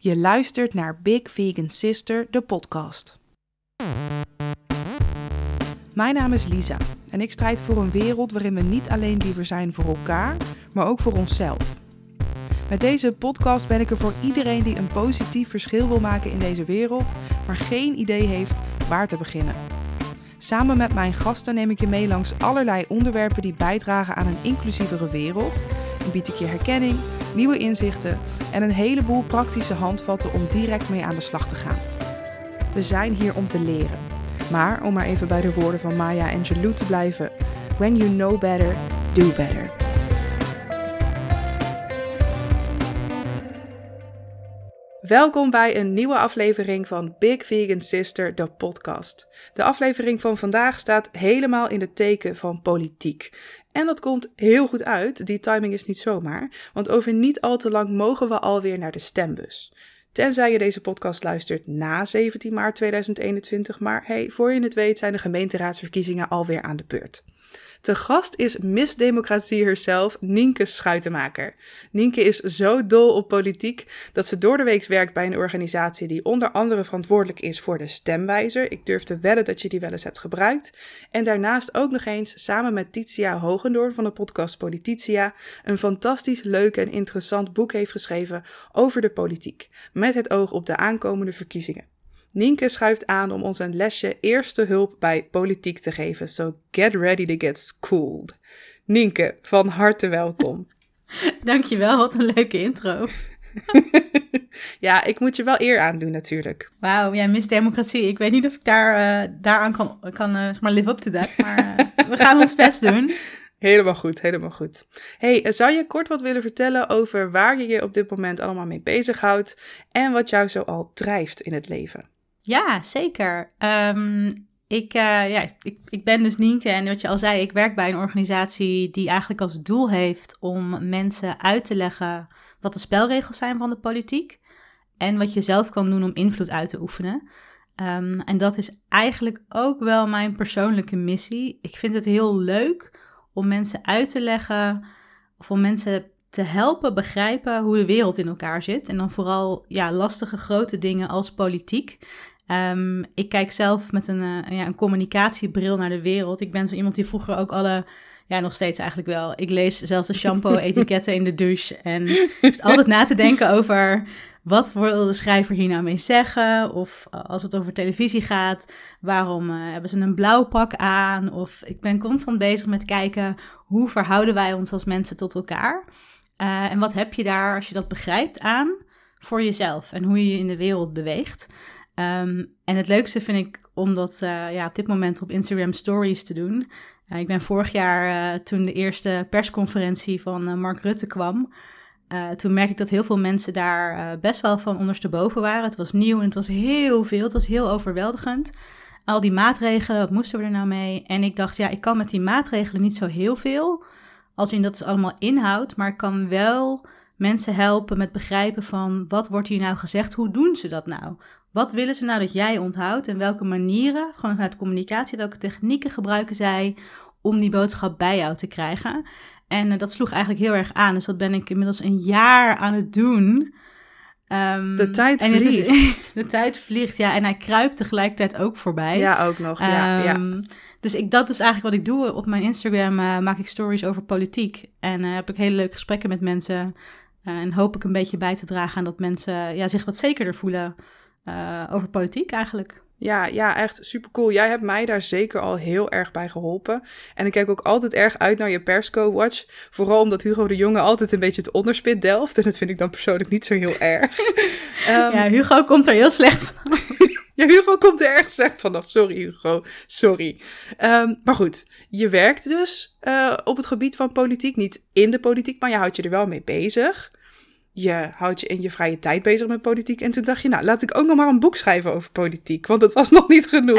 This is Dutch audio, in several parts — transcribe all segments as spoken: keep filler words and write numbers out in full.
Je luistert naar Big Vegan Sister, de podcast. Mijn naam is Lisa en ik strijd voor een wereld waarin we niet alleen liever zijn voor elkaar, maar ook voor onszelf. Met deze podcast ben ik er voor iedereen die een positief verschil wil maken in deze wereld, maar geen idee heeft waar te beginnen. Samen met mijn gasten neem ik je mee langs allerlei onderwerpen die bijdragen aan een inclusievere wereld. En bied ik je herkenning, nieuwe inzichten en een heleboel praktische handvatten om direct mee aan de slag te gaan. We zijn hier om te leren. Maar om maar even bij de woorden van Maya Angelou te blijven: when you know better, do better. Welkom bij een nieuwe aflevering van Big Vegan Sister, de podcast. De aflevering van vandaag staat helemaal in het teken van politiek. En dat komt heel goed uit, die timing is niet zomaar, want over niet al te lang mogen we alweer naar de stembus. Tenzij je deze podcast luistert na zeventien maart tweeduizend eenentwintig, maar hey, voor je het weet zijn de gemeenteraadsverkiezingen alweer aan de beurt. Te gast is Miss Democratie herself, Nienke Schuitenmaker. Nienke is zo dol op politiek dat ze door de week werkt bij een organisatie die onder andere verantwoordelijk is voor de stemwijzer. Ik durf te wedden dat je die wel eens hebt gebruikt. En daarnaast ook nog eens samen met Titia Hogendoorn van de podcast Polititia een fantastisch leuk en interessant boek heeft geschreven over de politiek, met het oog op de aankomende verkiezingen. Nienke schuift aan om ons een lesje eerste hulp bij politiek te geven. So get ready to get schooled. Nienke, van harte welkom. Dankjewel, wat een leuke intro. Ja, ik moet je wel eer aandoen natuurlijk. Wauw, ja, Miss Democratie. Ik weet niet of ik daar, uh, daaraan kan, kan uh, zeg maar live up to that, maar uh, we gaan ons best doen. Helemaal goed, helemaal goed. Hey, zou je kort wat willen vertellen over waar je je op dit moment allemaal mee bezighoudt en wat jou zo al drijft in het leven? Ja, zeker. Um, ik, uh, ja, ik, ik ben dus Nienke en wat je al zei, ik werk bij een organisatie die eigenlijk als doel heeft om mensen uit te leggen wat de spelregels zijn van de politiek en wat je zelf kan doen om invloed uit te oefenen. Um, en dat is eigenlijk ook wel mijn persoonlijke missie. Ik vind het heel leuk om mensen uit te leggen of om mensen te helpen begrijpen hoe de wereld in elkaar zit. En dan vooral ja, lastige grote dingen als politiek. Um, ik kijk zelf met een, uh, ja, een communicatiebril naar de wereld. Ik ben zo iemand die vroeger ook alle, ja nog steeds eigenlijk wel. Ik lees zelfs de shampoo-etiketten in de douche. En dus altijd na te denken over wat wil de schrijver hier nou mee zeggen? Of uh, als het over televisie gaat, waarom uh, hebben ze een blauw pak aan? Of ik ben constant bezig met kijken, hoe verhouden wij ons als mensen tot elkaar? Uh, en wat heb je daar, als je dat begrijpt, aan voor jezelf en hoe je je in de wereld beweegt. Um, en het leukste vind ik om dat uh, ja, op dit moment op Instagram Stories te doen. Uh, ik ben vorig jaar, uh, toen de eerste persconferentie van uh, Mark Rutte kwam, uh, toen merkte ik dat heel veel mensen daar uh, best wel van ondersteboven waren. Het was nieuw en het was heel veel, het was heel overweldigend. Al die maatregelen, wat moesten we er nou mee? En ik dacht, ja, ik kan met die maatregelen niet zo heel veel, als in dat is allemaal inhoud, maar ik kan wel mensen helpen met begrijpen van wat wordt hier nou gezegd, hoe doen ze dat nou? Wat willen ze nou dat jij onthoudt en welke manieren, gewoon vanuit communicatie, welke technieken gebruiken zij om die boodschap bij jou te krijgen? En uh, dat sloeg eigenlijk heel erg aan, dus dat ben ik inmiddels een jaar aan het doen. Um, de tijd en vliegt. Is, de tijd vliegt, ja, en hij kruipt tegelijkertijd ook voorbij. Ja, ook nog, ja. Um, ja. Dus ik, dat is eigenlijk wat ik doe. Op mijn Instagram uh, maak ik stories over politiek en uh, heb ik hele leuke gesprekken met mensen. Uh, en hoop ik een beetje bij te dragen aan dat mensen ja, zich wat zekerder voelen uh, over politiek eigenlijk. Ja, ja, echt supercool. Jij hebt mij daar zeker al heel erg bij geholpen. En ik kijk ook altijd erg uit naar je Persco-watch. Vooral omdat Hugo de Jonge altijd een beetje het onderspit delft. En dat vind ik dan persoonlijk niet zo heel erg. um, ja, Hugo komt er heel slecht vanaf. Ja, Hugo komt er erg slecht vanaf. Sorry, Hugo. Sorry. Um, maar goed, je werkt dus uh, op het gebied van politiek. Niet in de politiek, maar je houdt je er wel mee bezig. Je houdt je in je vrije tijd bezig met politiek. En toen dacht je, nou, laat ik ook nog maar een boek schrijven over politiek. Want dat was nog niet genoeg.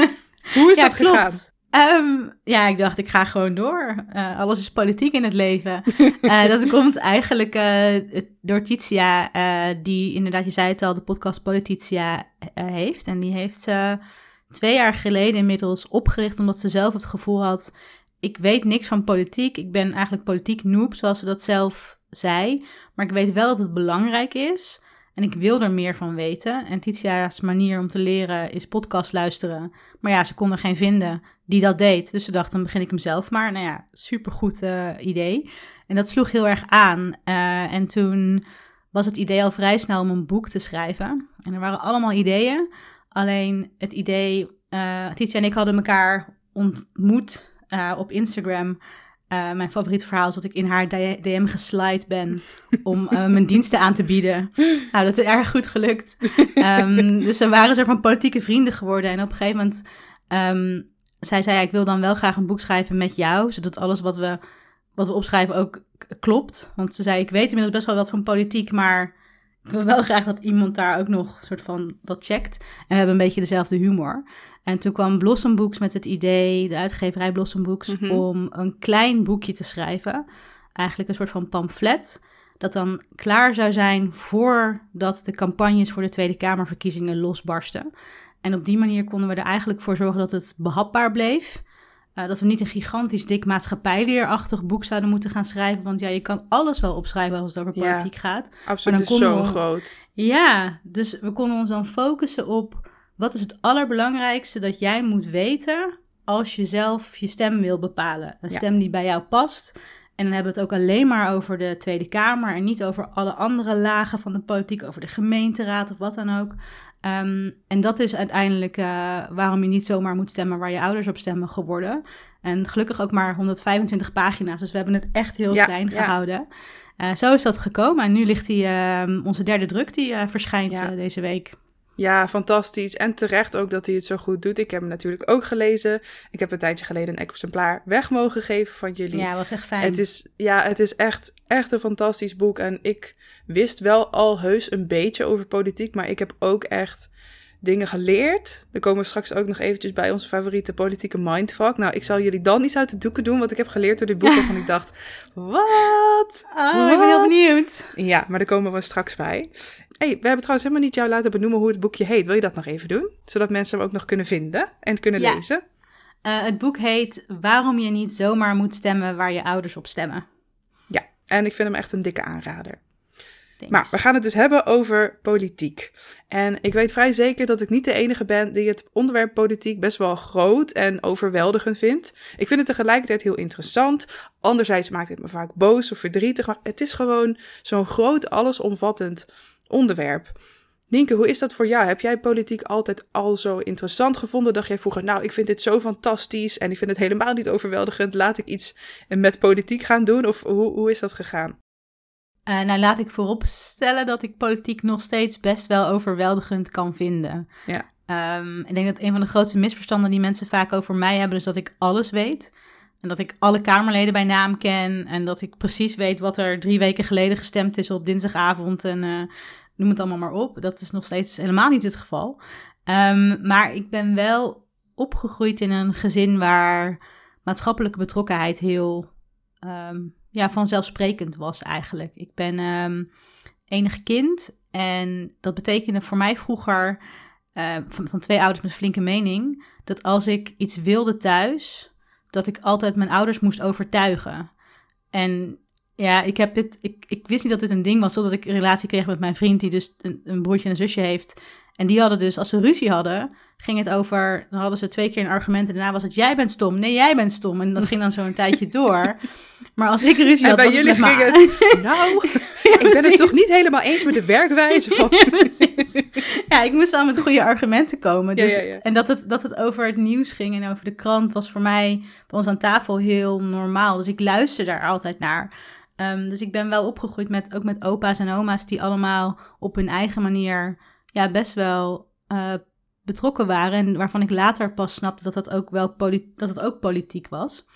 Hoe is ja, dat klopt. gegaan? Um, ja, ik dacht, ik ga gewoon door. Uh, alles is politiek in het leven. Uh, dat komt eigenlijk uh, door Titia, uh, die inderdaad, je zei het al, de podcast Polititia uh, heeft. En die heeft ze uh, twee jaar geleden inmiddels opgericht, omdat ze zelf het gevoel had, ik weet niks van politiek. Ik ben eigenlijk politiek noob, zoals ze dat zelf zei. Maar ik weet wel dat het belangrijk is. En ik wil er meer van weten. En Titia's manier om te leren is podcast luisteren. Maar ja, ze kon er geen vinden die dat deed. Dus ze dacht, dan begin ik hem zelf maar. Nou ja, supergoed uh, idee. En dat sloeg heel erg aan. Uh, en toen was het idee al vrij snel om een boek te schrijven. En er waren allemaal ideeën. Alleen het idee... Uh, Titia en ik hadden elkaar ontmoet uh, op Instagram... Uh, mijn favoriete verhaal is dat ik in haar D M geslide ben om uh, mijn diensten aan te bieden. Nou, dat is erg goed gelukt. Um, dus we waren zo van politieke vrienden geworden. En op een gegeven moment um, zij zei, ja, ik wil dan wel graag een boek schrijven met jou, zodat alles wat we, wat we opschrijven ook k- klopt. Want ze zei, ik weet inmiddels best wel wat van politiek, maar ik wil wel graag dat iemand daar ook nog soort van dat checkt. En we hebben een beetje dezelfde humor. En toen kwam Blossom Books met het idee, de uitgeverij Blossom Books, mm-hmm. om een klein boekje te schrijven. Eigenlijk een soort van pamflet, dat dan klaar zou zijn voordat de campagnes voor de Tweede Kamerverkiezingen losbarsten. En op die manier konden we er eigenlijk voor zorgen dat het behapbaar bleef. Uh, dat we niet een gigantisch dik maatschappijleerachtig boek zouden moeten gaan schrijven. Want ja, je kan alles wel opschrijven als het over politiek ja, gaat. Absoluut, het is zo we... groot. Ja, dus we konden ons dan focussen op... Wat is het allerbelangrijkste dat jij moet weten als je zelf je stem wil bepalen? Een ja. stem die bij jou past. En dan hebben we het ook alleen maar over de Tweede Kamer en niet over alle andere lagen van de politiek, over de gemeenteraad of wat dan ook. Um, en dat is uiteindelijk uh, waarom je niet zomaar moet stemmen waar je ouders op stemmen geworden. En gelukkig ook maar honderdvijfentwintig pagina's, dus we hebben het echt heel ja, klein ja. gehouden. Uh, zo is dat gekomen en nu ligt die, uh, onze derde druk die uh, verschijnt ja. uh, deze week. Ja, fantastisch. En terecht ook dat hij het zo goed doet. Ik heb hem natuurlijk ook gelezen. Ik heb een tijdje geleden een exemplaar weg mogen geven van jullie. Ja, was echt fijn. Het is, ja, het is echt, echt een fantastisch boek. En ik wist wel al heus een beetje over politiek, maar ik heb ook echt dingen geleerd. Dan komen we straks ook nog eventjes bij onze favoriete politieke mindfuck. Nou, ik zal jullie dan iets uit de doeken doen wat ik heb geleerd door dit boek. Waarvan ik dacht, wat? Oh, wat? Ik ben heel benieuwd. Ja, maar daar komen we straks bij. Hey, we hebben trouwens helemaal niet jou laten benoemen hoe het boekje heet. Wil je dat nog even doen? Zodat mensen hem ook nog kunnen vinden en kunnen ja. lezen. Uh, het boek heet Waarom je niet zomaar moet stemmen waar je ouders op stemmen. Ja, en ik vind hem echt een dikke aanrader. Thanks. Maar we gaan het dus hebben over politiek. En ik weet vrij zeker dat ik niet de enige ben die het onderwerp politiek best wel groot en overweldigend vindt. Ik vind het tegelijkertijd heel interessant. Anderzijds maakt het me vaak boos of verdrietig. Maar het is gewoon zo'n groot, allesomvattend onderwerp. Nienke, hoe is dat voor jou? Heb jij politiek altijd al zo interessant gevonden? Dacht jij vroeger, nou, ik vind dit zo fantastisch en ik vind het helemaal niet overweldigend. Laat ik iets met politiek gaan doen? Of hoe, hoe is dat gegaan? Uh, nou, laat ik vooropstellen dat ik politiek nog steeds best wel overweldigend kan vinden. Ja. Um, ik denk dat een van de grootste misverstanden die mensen vaak over mij hebben, is dat ik alles weet. En dat ik alle Kamerleden bij naam ken. En dat ik precies weet wat er drie weken geleden gestemd is op dinsdagavond. En uh, noem het allemaal maar op. Dat is nog steeds helemaal niet het geval. Um, maar ik ben wel opgegroeid in een gezin waar maatschappelijke betrokkenheid heel um, ja, vanzelfsprekend was eigenlijk. Ik ben um, enig kind. En dat betekende voor mij vroeger, uh, van, van twee ouders met een flinke mening, dat als ik iets wilde thuis, dat ik altijd mijn ouders moest overtuigen. En ja, ik, heb dit, ik, ik wist niet dat dit een ding was, totdat ik een relatie kreeg met mijn vriend, die dus een, een broertje en een zusje heeft. En die hadden dus, als ze ruzie hadden, ging het over, dan hadden ze twee keer een argument en daarna was het, jij bent stom, nee, jij bent stom. En dat ging dan zo een tijdje door. Maar als ik ruzie had, en bij was jullie het met ging het, nou, ja, ik ben het toch niet helemaal eens met de werkwijze van... Ja, precies. Ja, ik moest wel met goede argumenten komen. Dus, ja, ja, ja. En dat het, dat het over het nieuws ging en over de krant was voor mij bij ons aan tafel heel normaal. Dus ik luister daar altijd naar. Um, dus ik ben wel opgegroeid met, ook met opa's en oma's die allemaal op hun eigen manier ja, best wel uh, betrokken waren. En waarvan ik later pas snapte dat dat ook, wel poli- dat het ook politiek was.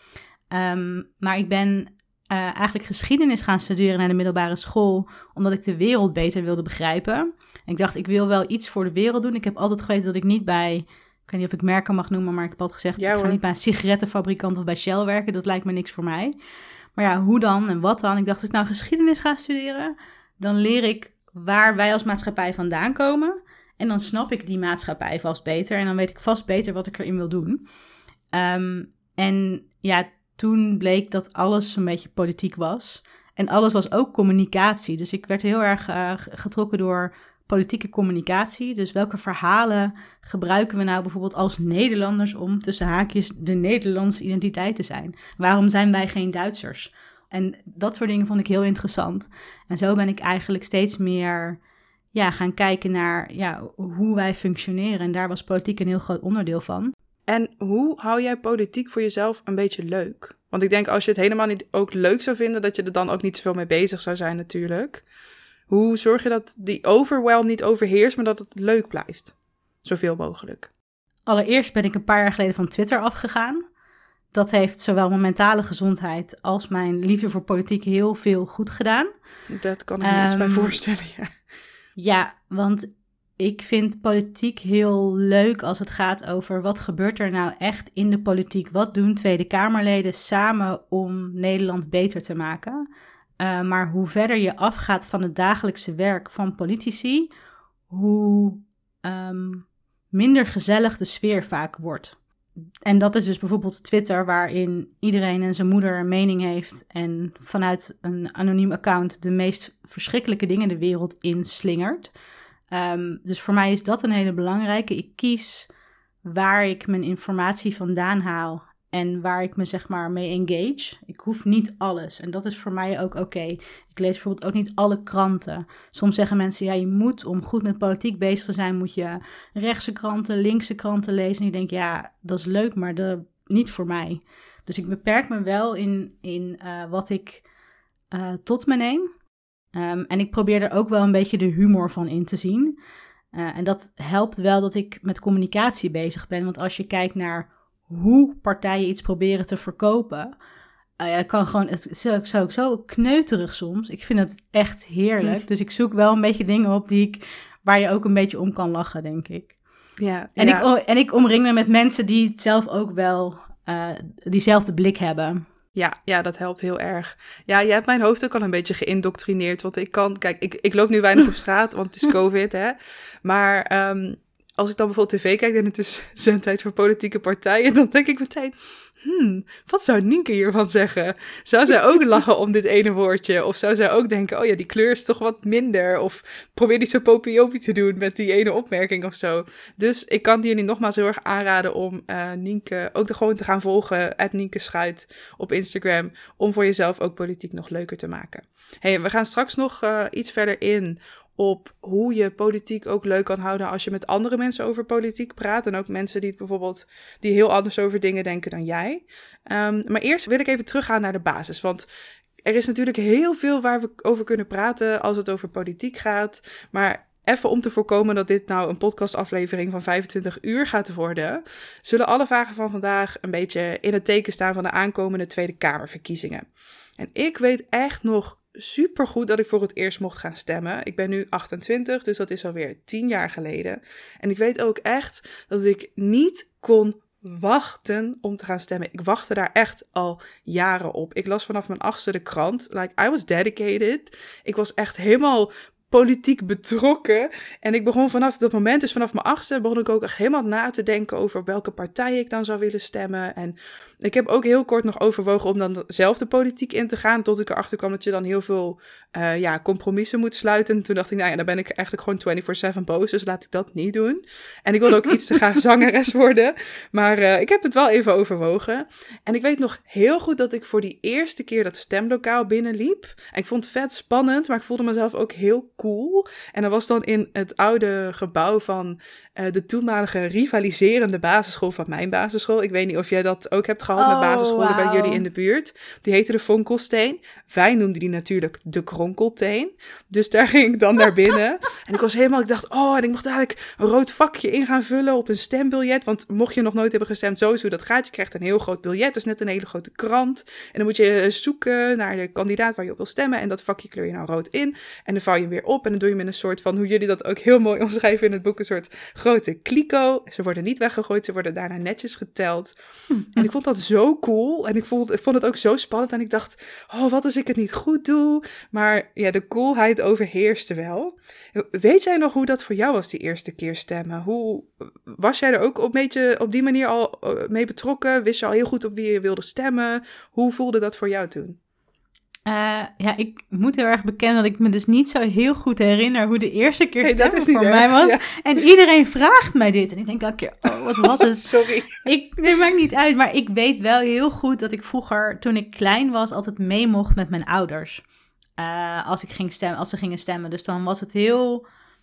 Um, maar ik ben uh, eigenlijk geschiedenis gaan studeren naar de middelbare school, omdat ik de wereld beter wilde begrijpen. En ik dacht, ik wil wel iets voor de wereld doen. Ik heb altijd geweten dat ik niet bij, ik weet niet of ik merken mag noemen, maar ik heb altijd gezegd, ja, ik ga niet bij een sigarettenfabrikant of bij Shell werken. Dat lijkt me niks voor mij. Maar ja, hoe dan en wat dan? Ik dacht, als ik nou geschiedenis ga studeren, dan leer ik waar wij als maatschappij vandaan komen. En dan snap ik die maatschappij vast beter. En dan weet ik vast beter wat ik erin wil doen. Um, en ja, toen bleek dat alles een beetje politiek was. En alles was ook communicatie. Dus ik werd heel erg uh, getrokken door politieke communicatie. Dus welke verhalen gebruiken we nou bijvoorbeeld als Nederlanders om tussen haakjes de Nederlandse identiteit te zijn? Waarom zijn wij geen Duitsers? En dat soort dingen vond ik heel interessant. En zo ben ik eigenlijk steeds meer ja, gaan kijken naar ja, hoe wij functioneren. En daar was politiek een heel groot onderdeel van. En hoe hou jij politiek voor jezelf een beetje leuk? Want ik denk als je het helemaal niet ook leuk zou vinden, dat je er dan ook niet zoveel mee bezig zou zijn natuurlijk. Hoe zorg je dat die overwhelm niet overheerst, maar dat het leuk blijft? Zoveel mogelijk. Allereerst ben ik een paar jaar geleden van Twitter afgegaan. Dat heeft zowel mijn mentale gezondheid als mijn liefde voor politiek heel veel goed gedaan. Dat kan ik me um, eens bij voorstellen, ja. Ja, want ik vind politiek heel leuk als het gaat over wat gebeurt er nou echt in de politiek. Wat doen Tweede Kamerleden samen om Nederland beter te maken? Uh, maar hoe verder je afgaat van het dagelijkse werk van politici, hoe um, minder gezellig de sfeer vaak wordt. En dat is dus bijvoorbeeld Twitter, waarin iedereen en zijn moeder een mening heeft en vanuit een anoniem account de meest verschrikkelijke dingen de wereld inslingert. Um, dus voor mij is dat een hele belangrijke. Ik kies waar ik mijn informatie vandaan haal en waar ik me zeg maar mee engage. Ik hoef niet alles en dat is voor mij ook oké. Okay. Ik lees bijvoorbeeld ook niet alle kranten. Soms zeggen mensen, ja, je moet om goed met politiek bezig te zijn, moet je rechtse kranten, linkse kranten lezen. En ik denk, ja, dat is leuk, maar de, niet voor mij. Dus ik beperk me wel in, in uh, wat ik uh, tot me neem. Um, en ik probeer er ook wel een beetje de humor van in te zien. Uh, en dat helpt wel dat ik met communicatie bezig ben. Want als je kijkt naar hoe partijen iets proberen te verkopen, Uh, ja, dat kan gewoon, het is ook zo, zo kneuterig soms. Ik vind het echt heerlijk. Dus ik zoek wel een beetje dingen op die ik, waar je ook een beetje om kan lachen, denk ik. Ja, en, ja. Ik, en ik omring me met mensen die het zelf ook wel, uh, diezelfde blik hebben. Ja, ja, dat helpt heel erg. Ja, je hebt mijn hoofd ook al een beetje geïndoctrineerd. Want ik kan, kijk, ik, ik loop nu weinig op straat, want het is COVID, hè. Maar um, als ik dan bijvoorbeeld tv kijk en het is zendtijd voor politieke partijen, dan denk ik meteen, hmm, wat zou Nienke hiervan zeggen? Zou zij ook lachen om dit ene woordje? Of zou zij ook denken, oh ja, die kleur is toch wat minder? Of probeer niet zo popiopie te doen met die ene opmerking of zo. Dus ik kan jullie nogmaals heel erg aanraden om uh, Nienke ook te gewoon te gaan volgen, at Nienke Schuit op Instagram, om voor jezelf ook politiek nog leuker te maken. Hey, we gaan straks nog uh, iets verder in op hoe je politiek ook leuk kan houden als je met andere mensen over politiek praat. En ook mensen die het bijvoorbeeld die heel anders over dingen denken dan jij. Um, maar eerst wil ik even teruggaan naar de basis. Want er is natuurlijk heel veel waar we over kunnen praten als het over politiek gaat. Maar even om te voorkomen dat dit nou een podcastaflevering van vijfentwintig uur gaat worden, zullen alle vragen van vandaag een beetje in het teken staan van de aankomende Tweede Kamerverkiezingen. En ik weet echt nog supergoed dat ik voor het eerst mocht gaan stemmen. Ik ben nu achtentwintig, dus dat is alweer tien jaar geleden. En ik weet ook echt dat ik niet kon wachten om te gaan stemmen. Ik wachtte daar echt al jaren op. Ik las vanaf mijn achtste de krant. Like, I was dedicated. Ik was echt helemaal politiek betrokken. En ik begon vanaf dat moment, dus vanaf mijn achtste, begon ik ook echt helemaal na te denken over welke partij ik dan zou willen stemmen. En ik heb ook heel kort nog overwogen om dan zelf de politiek in te gaan, tot ik erachter kwam dat je dan heel veel uh, ja, compromissen moet sluiten. En toen dacht ik, nou ja, dan ben ik eigenlijk gewoon vierentwintig zeven boos, dus laat ik dat niet doen. En ik wilde ook iets te graag zangeres worden, maar uh, ik heb het wel even overwogen. En ik weet nog heel goed dat ik voor die eerste keer dat stemlokaal binnenliep. En ik vond het vet spannend, maar ik voelde mezelf ook heel cool. En dat was dan in het oude gebouw van uh, de toenmalige rivaliserende basisschool van mijn basisschool. Ik weet niet of jij dat ook hebt gehad oh, met basisscholen wow. bij jullie in de buurt. Die heette de Vonkelsteen. Wij noemden die natuurlijk de Kronkelteen. Dus daar ging ik dan naar binnen. En ik was helemaal, ik dacht, oh, en ik mocht eigenlijk een rood vakje in gaan vullen op een stembiljet. Want mocht je nog nooit hebben gestemd, sowieso hoe dat gaat. Je krijgt een heel groot biljet, dus net een hele grote krant. En dan moet je zoeken naar de kandidaat waar je op wil stemmen. En dat vakje kleur je nou rood in. En dan vouw je hem weer op. En dan doe je met een soort van, hoe jullie dat ook heel mooi omschrijven in het boek, een soort grote kliko. Ze worden niet weggegooid, ze worden daarna netjes geteld. En ik vond dat zo cool. En ik vond, ik vond het ook zo spannend. En ik dacht, oh, wat als ik het niet goed doe? Maar ja, de coolheid overheerste wel. Weet jij nog hoe dat voor jou was, die eerste keer stemmen? Hoe, was jij er ook op, beetje, op die manier al mee betrokken? Wist je al heel goed op wie je wilde stemmen? Hoe voelde dat voor jou toen? Uh, ja, ik moet heel erg bekennen dat ik me dus niet zo heel goed herinner hoe de eerste keer hey, stemmen voor erg, mij was. Ja. En iedereen vraagt mij dit. En ik denk elke keer, oh, wat was het? Sorry. Ik, nee, maakt niet uit. Maar ik weet wel heel goed dat ik vroeger, toen ik klein was, altijd mee mocht met mijn ouders. Uh, als, ik ging stemmen, als ze gingen stemmen. Dus dan was het heel...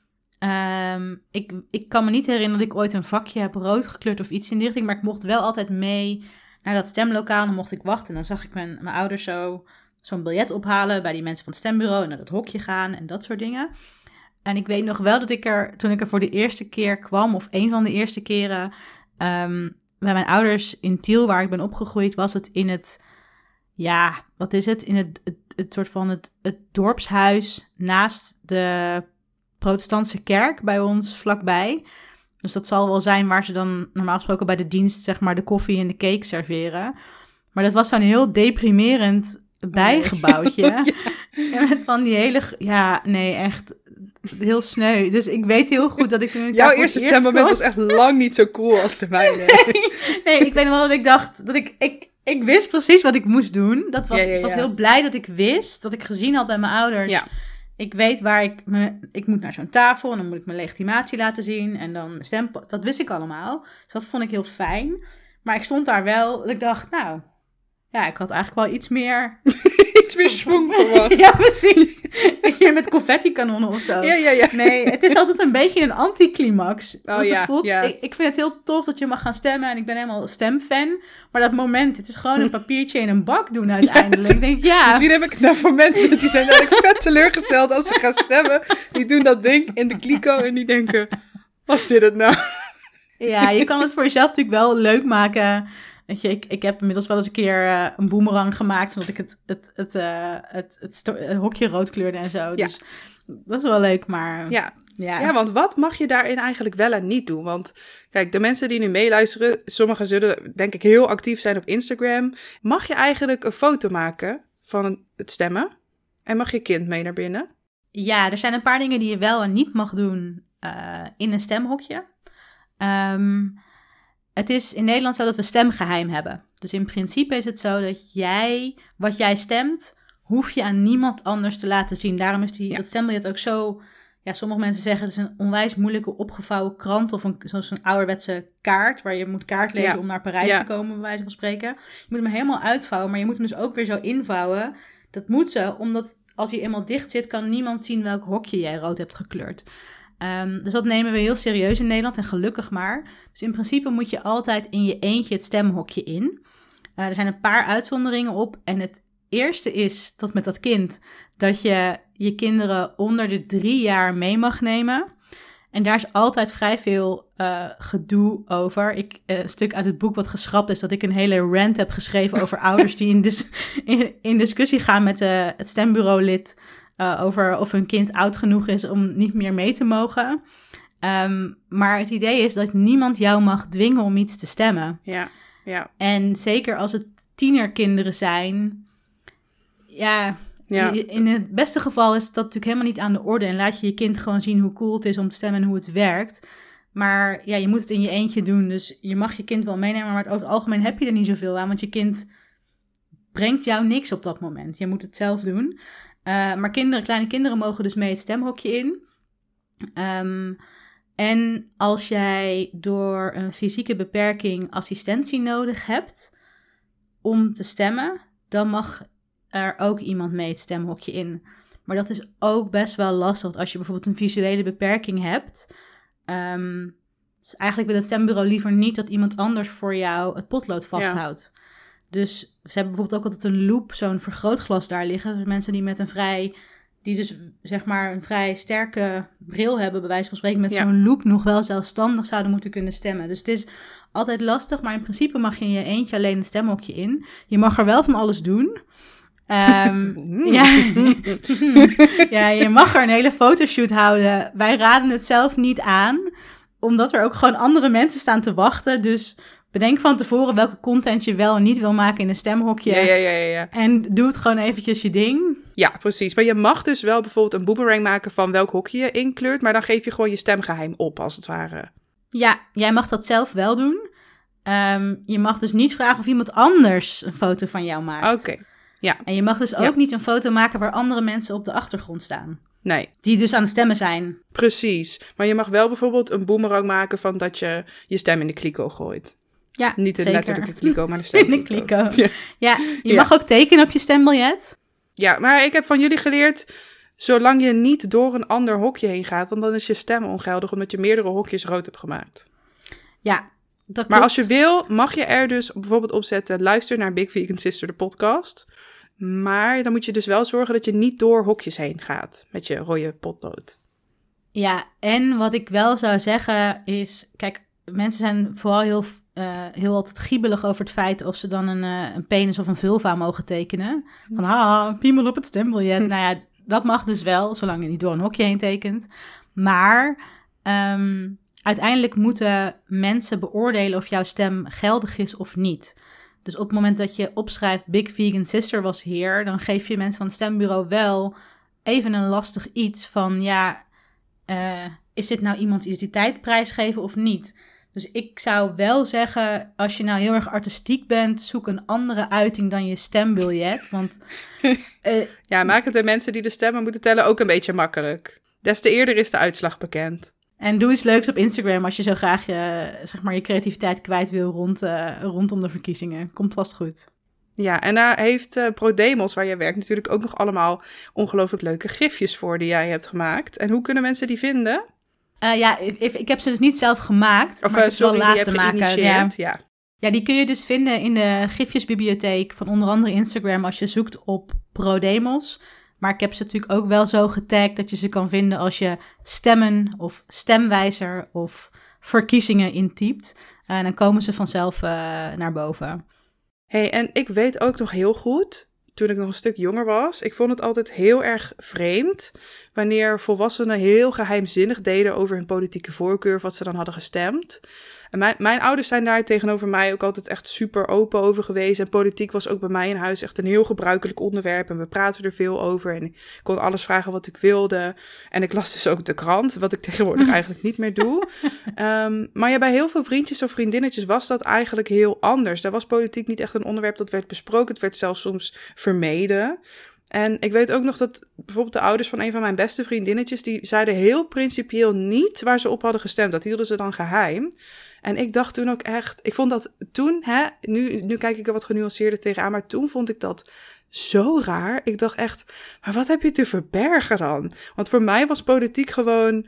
Um, ik, ik kan me niet herinneren dat ik ooit een vakje heb rood gekleurd of iets in die richting. Maar ik mocht wel altijd mee naar dat stemlokaal. Dan mocht ik wachten. En dan zag ik mijn, mijn ouders zo... zo'n biljet ophalen bij die mensen van het stembureau en naar dat hokje gaan en dat soort dingen. En ik weet nog wel dat ik er, toen ik er voor de eerste keer kwam, of een van de eerste keren, um, bij mijn ouders in Tiel, waar ik ben opgegroeid, was het in het, ja, wat is het? In het, het, het soort van het, het dorpshuis naast de protestantse kerk bij ons vlakbij. Dus dat zal wel zijn waar ze dan normaal gesproken bij de dienst, zeg maar, de koffie en de cake serveren. Maar dat was zo'n heel deprimerend bijgebouwtje. Oh, nee. Ja. Met van die hele... Ja, nee, echt heel sneu. Dus ik weet heel goed dat ik... Toen ik Jouw eerste stemmoment was echt lang niet zo cool als de mijne. Nee, nee, ik weet wel dat ik dacht... dat ik, ik, ik wist precies wat ik moest doen. Dat was, ja, ja, ja. Ik was heel blij dat ik wist, dat ik gezien had bij mijn ouders. Ja. Ik weet waar ik... Me, ik moet naar zo'n tafel en dan moet ik mijn legitimatie laten zien. En dan mijn stem... Dat wist ik allemaal. Dus dat vond ik heel fijn. Maar ik stond daar wel... dat ik dacht, nou... Ja, ik had eigenlijk wel iets meer... iets meer schwung verwacht. Ja, precies. Iets meer met confetti-kanonnen of zo. Ja, ja, ja. Nee, het is altijd een beetje een anticlimax. Oh, want het ja, voelt, ja. ik, ik vind het heel tof dat je mag gaan stemmen. En ik ben helemaal stemfan. Maar dat moment, het is gewoon een papiertje in een bak doen uiteindelijk. Ja, ik denk, ja. Misschien heb ik het nou voor mensen die zijn eigenlijk vet teleurgesteld als ze gaan stemmen. Die doen dat ding in de kliko en die denken, was dit het nou? Ja, je kan het voor jezelf natuurlijk wel leuk maken... Weet je, ik, ik heb inmiddels wel eens een keer uh, een boemerang gemaakt... omdat ik het, het, het, uh, het, het, sto- het hokje rood kleurde en zo. Ja. Dus dat is wel leuk, maar... Ja. Ja. ja, want wat mag je daarin eigenlijk wel en niet doen? Want kijk, de mensen die nu meeluisteren... sommigen zullen denk ik heel actief zijn op Instagram. Mag je eigenlijk een foto maken van het stemmen? En mag je kind mee naar binnen? Ja, er zijn een paar dingen die je wel en niet mag doen uh, in een stemhokje. Um, Het is in Nederland zo dat we stemgeheim hebben. Dus in principe is het zo dat jij, wat jij stemt, hoef je aan niemand anders te laten zien. Daarom is die, ja. dat stembiljet ook zo... Ja, sommige mensen zeggen het is een onwijs moeilijke opgevouwen krant of een, zoals een ouderwetse kaart, waar je moet kaart lezen ja. om naar Parijs ja. te komen, bij wijze van spreken. Je moet hem helemaal uitvouwen, maar je moet hem dus ook weer zo invouwen. Dat moet zo, omdat als hij eenmaal dicht zit, kan niemand zien welk hokje jij rood hebt gekleurd. Um, dus dat nemen we heel serieus in Nederland en gelukkig maar. Dus in principe moet je altijd in je eentje het stemhokje in. Uh, er zijn een paar uitzonderingen op. En het eerste is dat met dat kind dat je je kinderen onder de drie jaar mee mag nemen. En daar is altijd vrij veel uh, gedoe over. Ik, uh, een stuk uit het boek wat geschrapt is, dat ik een hele rant heb geschreven over ouders die in, dis- in, in discussie gaan met uh, het stembureaulid. Uh, over of hun kind oud genoeg is om niet meer mee te mogen. Um, maar het idee is dat niemand jou mag dwingen om iets te stemmen. Ja, ja. En zeker als het tienerkinderen zijn... Ja, ja, in het beste geval is dat natuurlijk helemaal niet aan de orde. En laat je je kind gewoon zien hoe cool het is om te stemmen en hoe het werkt. Maar ja, je moet het in je eentje doen. Dus je mag je kind wel meenemen, maar over het algemeen heb je er niet zoveel aan. Want je kind brengt jou niks op dat moment. Je moet het zelf doen. Uh, maar kinderen, kleine kinderen mogen dus mee het stemhokje in. Um, en als jij door een fysieke beperking assistentie nodig hebt om te stemmen, dan mag er ook iemand mee het stemhokje in. Maar dat is ook best wel lastig als je bijvoorbeeld een visuele beperking hebt. Um, dus eigenlijk wil het stembureau liever niet dat iemand anders voor jou het potlood vasthoudt. Ja. Dus ze hebben bijvoorbeeld ook altijd een loop, zo'n vergrootglas daar liggen. Dus mensen die met een vrij, die dus zeg maar een vrij sterke bril hebben, bij wijze van spreken, met ja. zo'n loop nog wel zelfstandig zouden moeten kunnen stemmen. Dus het is altijd lastig, maar in principe mag je in je eentje alleen het stemhokje in. Je mag er wel van alles doen. Um, ja. ja, je mag er een hele fotoshoot houden. Wij raden het zelf niet aan, omdat er ook gewoon andere mensen staan te wachten. Dus bedenk van tevoren welke content je wel en niet wil maken in een stemhokje. Ja, ja, ja, ja, ja. En doe het gewoon eventjes je ding. Ja, precies. Maar je mag dus wel bijvoorbeeld een boomerang maken van welk hokje je inkleurt, maar dan geef je gewoon je stemgeheim op, als het ware. Ja, jij mag dat zelf wel doen. Um, je mag dus niet vragen of iemand anders een foto van jou maakt. Oké. Okay. Ja. En je mag dus ook Ja. niet een foto maken waar andere mensen op de achtergrond staan. Nee. Die dus aan het stemmen zijn. Precies. Maar je mag wel bijvoorbeeld een boemerang maken van dat je je stem in de kliko gooit. Ja, Niet de zeker. letterlijke kliko, maar de stem In de kliko. Ja. Ja, je Ja. mag ook tekenen op je stembiljet. Ja, maar ik heb van jullie geleerd, zolang je niet door een ander hokje heen gaat, want dan is je stem ongeldig omdat je meerdere hokjes rood hebt gemaakt. Ja, dat klopt. Maar als je wil, mag je er dus bijvoorbeeld op zetten, luister naar Big Vegan Sister, de podcast. Maar dan moet je dus wel zorgen dat je niet door hokjes heen gaat met je rode potlood. Ja, en wat ik wel zou zeggen is, kijk, mensen zijn vooral heel, uh, heel altijd giebelig over het feit of ze dan een, uh, een penis of een vulva mogen tekenen. Van, ah, piemel op het stembiljet. Nou ja, dat mag dus wel, zolang je niet door een hokje heen tekent. Maar um, uiteindelijk moeten mensen beoordelen of jouw stem geldig is of niet. Dus op het moment dat je opschrijft Big Vegan Sister was hier, dan geef je mensen van het stembureau wel even een lastig iets van, ja, uh, is dit nou iemands identiteit prijsgeven of niet? Dus ik zou wel zeggen, als je nou heel erg artistiek bent, zoek een andere uiting dan je stembiljet. Want uh, ja, maak het de mensen die de stemmen moeten tellen ook een beetje makkelijk. Des te eerder is de uitslag bekend. En doe iets leuks op Instagram als je zo graag je, zeg maar, je creativiteit kwijt wil rond, uh, rondom de verkiezingen. Komt vast goed. Ja, en daar heeft uh, ProDemos, waar jij werkt, natuurlijk ook nog allemaal ongelooflijk leuke gifjes voor die jij hebt gemaakt. En hoe kunnen mensen die vinden? Uh, ja, ik, ik heb ze dus niet zelf gemaakt, of, maar ik uh, heb sorry, wel laten die heb maken. Ja. ja. ja, die kun je dus vinden in de gifjesbibliotheek van onder andere Instagram als je zoekt op ProDemos. Maar ik heb ze natuurlijk ook wel zo getagd dat je ze kan vinden als je stemmen of stemwijzer of verkiezingen intypt. En uh, dan komen ze vanzelf uh, naar boven. Hey, en ik weet ook nog heel goed, toen ik nog een stuk jonger was, ik vond het altijd heel erg vreemd wanneer volwassenen heel geheimzinnig deden over hun politieke voorkeur of wat ze dan hadden gestemd. En mijn, mijn ouders zijn daar tegenover mij ook altijd echt super open over geweest. En politiek was ook bij mij in huis echt een heel gebruikelijk onderwerp. En we praten er veel over. En ik kon alles vragen wat ik wilde. En ik las dus ook de krant, wat ik tegenwoordig eigenlijk niet meer doe. Um, maar ja, bij heel veel vriendjes of vriendinnetjes was dat eigenlijk heel anders. Daar was politiek niet echt een onderwerp dat werd besproken. Het werd zelfs soms vermeden. En ik weet ook nog dat bijvoorbeeld de ouders van een van mijn beste vriendinnetjes, die zeiden heel principieel niet waar ze op hadden gestemd. Dat hielden ze dan geheim. En ik dacht toen ook echt, ik vond dat toen, hè, nu, nu kijk ik er wat genuanceerder tegenaan, maar toen vond ik dat zo raar. Ik dacht echt, maar wat heb je te verbergen dan? Want voor mij was politiek gewoon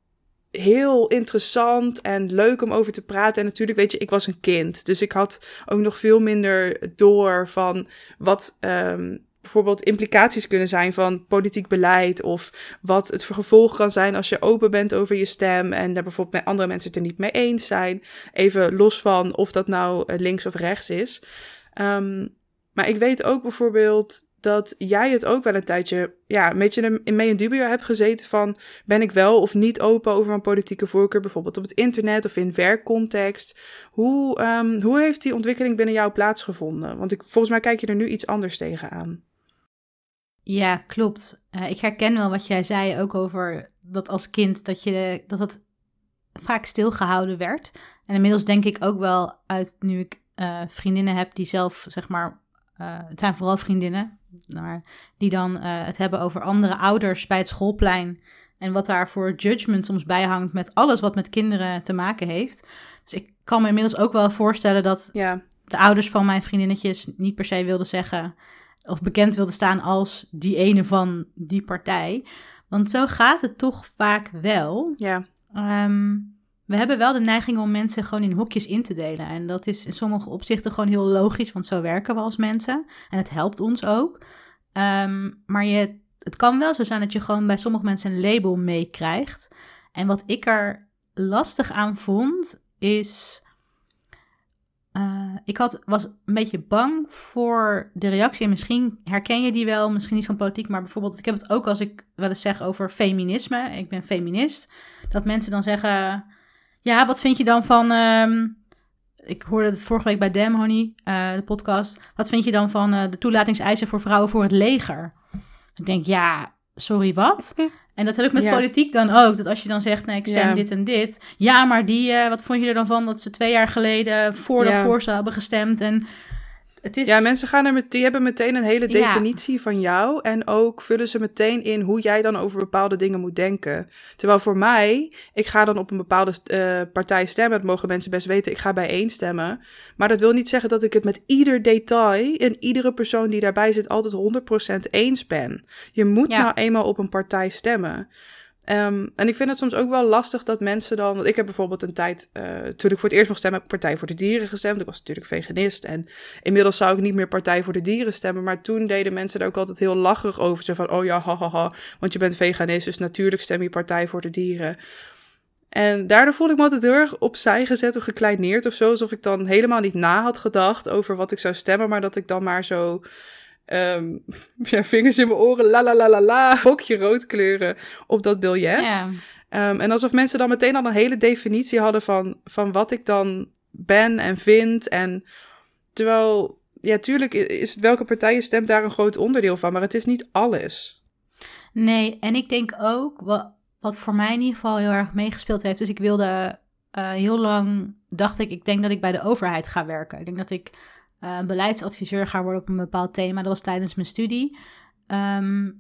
heel interessant en leuk om over te praten. En natuurlijk, weet je, ik was een kind. Dus ik had ook nog veel minder door van wat um, bijvoorbeeld implicaties kunnen zijn van politiek beleid. Of wat het gevolg kan zijn als je open bent over je stem en daar bijvoorbeeld met andere mensen het er niet mee eens zijn. Even los van of dat nou links of rechts is. Um, maar ik weet ook bijvoorbeeld dat jij het ook wel een tijdje, ja, een beetje mee in dubio hebt gezeten van, ben ik wel of niet open over mijn politieke voorkeur, bijvoorbeeld op het internet of in werkcontext. Hoe, um, hoe heeft die ontwikkeling binnen jou plaatsgevonden? Want ik, volgens mij kijk je er nu iets anders tegenaan. Ja, klopt. Uh, ik herken wel wat jij zei ook over dat als kind, dat je dat het vaak stilgehouden werd. En inmiddels denk ik ook wel uit, nu ik uh, vriendinnen heb die zelf, zeg maar, uh, het zijn vooral vriendinnen, maar die dan uh, het hebben over andere ouders bij het schoolplein en wat daar voor judgment soms bij hangt met alles wat met kinderen te maken heeft. Dus ik kan me inmiddels ook wel voorstellen dat ja. de ouders van mijn vriendinnetjes niet per se wilden zeggen of bekend wilden staan als die ene van die partij. Want zo gaat het toch vaak wel. Ja. Um, we hebben wel de neiging om mensen gewoon in hokjes in te delen. En dat is in sommige opzichten gewoon heel logisch, want zo werken we als mensen. En het helpt ons ook. Um, maar je, het kan wel zo zijn dat je gewoon bij sommige mensen een label meekrijgt. En wat ik er lastig aan vond, is Uh, ik had, was een beetje bang voor de reactie. En misschien herken je die wel, misschien niet van politiek, maar bijvoorbeeld, ik heb het ook als ik wel eens zeg over feminisme. Ik ben feminist. Dat mensen dan zeggen, ja, wat vind je dan van, um, ik hoorde het vorige week bij Damn Honey, uh, de podcast. Wat vind je dan van uh, de toelatingseisen voor vrouwen voor het leger? Ik denk, ja, sorry, wat? En dat heb ik met ja. politiek dan ook. Dat als je dan zegt, nee, ik stem ja. dit en dit. Ja, maar die, uh, wat vond je er dan van dat ze twee jaar geleden voor ja. de voor ze hebben gestemd? En het is... Ja, mensen gaan er met, die hebben meteen een hele definitie ja. van jou. En ook vullen ze meteen in hoe jij dan over bepaalde dingen moet denken. Terwijl voor mij, ik ga dan op een bepaalde uh, partij stemmen. Dat mogen mensen best weten. Ik ga bijeen stemmen. Maar dat wil niet zeggen dat ik het met ieder detail en iedere persoon die daarbij zit altijd honderd procent eens ben. Je moet ja. nou eenmaal op een partij stemmen. Um, en ik vind het soms ook wel lastig dat mensen dan... Want ik heb bijvoorbeeld een tijd... Uh, toen ik voor het eerst mocht stemmen, heb ik Partij voor de Dieren gestemd. Ik was natuurlijk veganist. En inmiddels zou ik niet meer Partij voor de Dieren stemmen. Maar toen deden mensen er ook altijd heel lacherig over. Zo van, oh ja, hahaha, ha, ha, want je bent veganist. Dus natuurlijk stem je Partij voor de Dieren. En daardoor voelde ik me altijd heel erg opzij gezet of gekleineerd of zo. Alsof ik dan helemaal niet na had gedacht over wat ik zou stemmen. Maar dat ik dan maar zo... Um, ja, vingers in mijn oren, la la la la la, hokje rood kleuren op dat biljet. Yeah. Um, en alsof mensen dan meteen al een hele definitie hadden van, van wat ik dan ben en vind. En terwijl, ja, tuurlijk is het welke partij je stemt daar een groot onderdeel van, maar het is niet alles. Nee, en ik denk ook, wat, wat voor mij in ieder geval heel erg meegespeeld heeft, dus ik wilde uh, heel lang, dacht ik, ik denk dat ik bij de overheid ga werken. Ik denk dat ik... Uh, beleidsadviseur gaan worden op een bepaald thema. Dat was tijdens mijn studie. Um,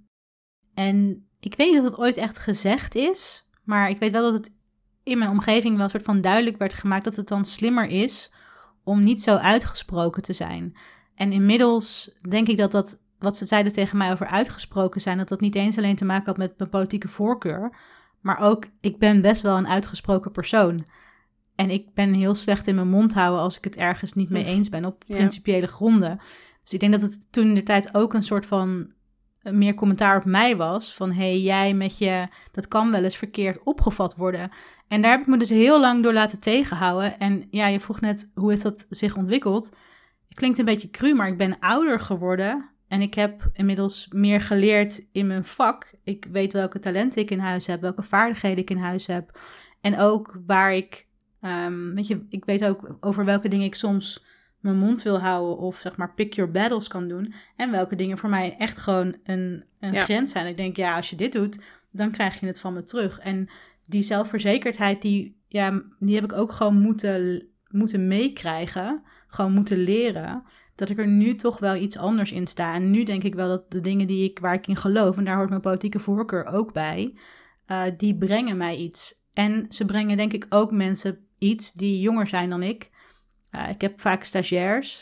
en ik weet niet of het ooit echt gezegd is. Maar ik weet wel dat het in mijn omgeving wel een soort van duidelijk werd gemaakt... dat het dan slimmer is om niet zo uitgesproken te zijn. En inmiddels denk ik dat dat... wat ze zeiden tegen mij over uitgesproken zijn... dat dat niet eens alleen te maken had met mijn politieke voorkeur... maar ook, ik ben best wel een uitgesproken persoon... En ik ben heel slecht in mijn mond houden als ik het ergens niet mee eens ben op principiële ja. gronden. Dus ik denk dat het toen in de tijd ook een soort van meer commentaar op mij was. Van, hé, hey, jij met je, dat kan wel eens verkeerd opgevat worden. En daar heb ik me dus heel lang door laten tegenhouden. En ja, je vroeg net, hoe heeft dat zich ontwikkeld? Het klinkt een beetje cru, maar ik ben ouder geworden. En ik heb inmiddels meer geleerd in mijn vak. Ik weet welke talenten ik in huis heb, welke vaardigheden ik in huis heb. En ook waar ik... Um, weet je, ik weet ook over welke dingen ik soms mijn mond wil houden of zeg maar pick your battles kan doen. En welke dingen voor mij echt gewoon een, een ja. grens zijn. Ik denk, ja, als je dit doet, dan krijg je het van me terug. En die zelfverzekerdheid, die, ja, die heb ik ook gewoon moeten, moeten meekrijgen. Gewoon moeten leren. Dat ik er nu toch wel iets anders in sta. En nu denk ik wel dat de dingen die ik, waar ik in geloof, en daar hoort mijn politieke voorkeur ook bij, uh, die brengen mij iets. En ze brengen denk ik ook mensen iets die jonger zijn dan ik. Uh, ik heb vaak stagiairs.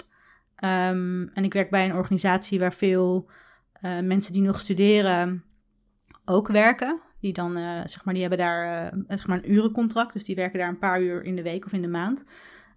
Um, en ik werk bij een organisatie waar veel uh, mensen die nog studeren ook werken. Die dan, uh, zeg maar, die hebben daar uh, zeg maar een urencontract. Dus die werken daar een paar uur in de week of in de maand.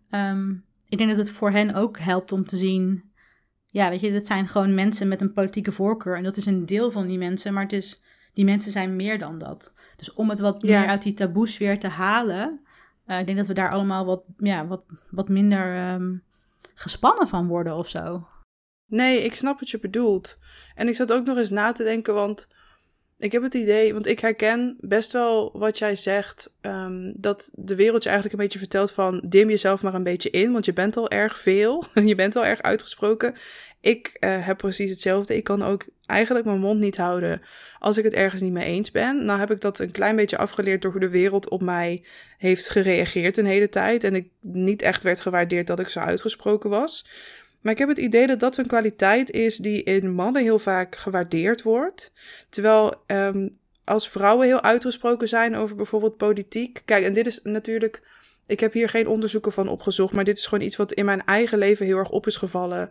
Um, ik denk dat het voor hen ook helpt om te zien... Ja, weet je, dat zijn gewoon mensen met een politieke voorkeur. En dat is een deel van die mensen, maar het is... Die mensen zijn meer dan dat. Dus om het wat ja. meer uit die taboes weer te halen... Uh, ik denk dat we daar allemaal wat, ja, wat, wat minder um, gespannen van worden of zo. Nee, ik snap wat je bedoelt. En ik zat ook nog eens na te denken, want ik heb het idee... Want ik herken best wel wat jij zegt... Um, dat de wereld je eigenlijk een beetje vertelt van... dim jezelf maar een beetje in, want je bent al erg veel. Je bent al erg uitgesproken. Ik uh, heb precies hetzelfde. Ik kan ook eigenlijk mijn mond niet houden als ik het ergens niet mee eens ben. Nou heb ik dat een klein beetje afgeleerd door hoe de wereld op mij heeft gereageerd een hele tijd. En ik niet echt werd gewaardeerd dat ik zo uitgesproken was. Maar ik heb het idee dat dat een kwaliteit is die in mannen heel vaak gewaardeerd wordt. Terwijl um, als vrouwen heel uitgesproken zijn over bijvoorbeeld politiek. Kijk, en dit is natuurlijk... Ik heb hier geen onderzoeken van opgezocht, maar dit is gewoon iets wat in mijn eigen leven heel erg op is gevallen.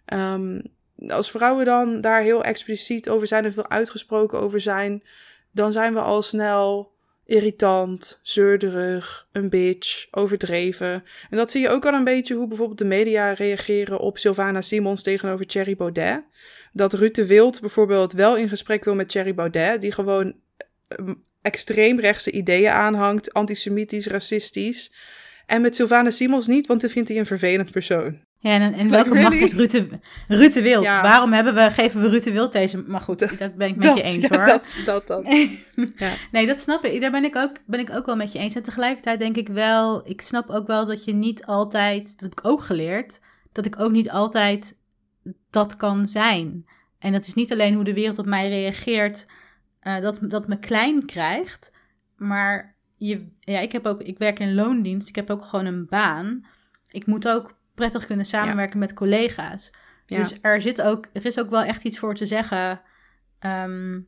Um, als vrouwen dan daar heel expliciet over zijn en veel uitgesproken over zijn, dan zijn we al snel irritant, zeurderig, een bitch, overdreven. En dat zie je ook al een beetje hoe bijvoorbeeld de media reageren op Sylvana Simons tegenover Thierry Baudet. Dat Ruud de Wild bijvoorbeeld wel in gesprek wil met Thierry Baudet, die gewoon um, extreemrechtse ideeën aanhangt, antisemitisch, racistisch. En met Sylvana Simons niet, want dan vindt hij een vervelend persoon. Ja, en, en welke like, macht really? Ruud de, Ruud de Wild? Ja. Waarom hebben we, geven we Ruud de Wild deze... Maar goed, dat, dat ben ik met dat, je eens, ja, hoor. Dat, dat, dat. Ja. Nee, dat snap ik. Daar ben ik, ook, ben ik ook wel met je eens. En tegelijkertijd denk ik wel... Ik snap ook wel dat je niet altijd... Dat heb ik ook geleerd. Dat ik ook niet altijd dat kan zijn. En dat is niet alleen hoe de wereld op mij reageert... Uh, dat, dat me klein krijgt. Maar je, ja, ik, heb ook, ik werk in loondienst. Ik heb ook gewoon een baan. Ik moet ook prettig kunnen samenwerken ja. met collega's. Ja. Dus er, zit ook, er is ook wel echt iets voor te zeggen... Um,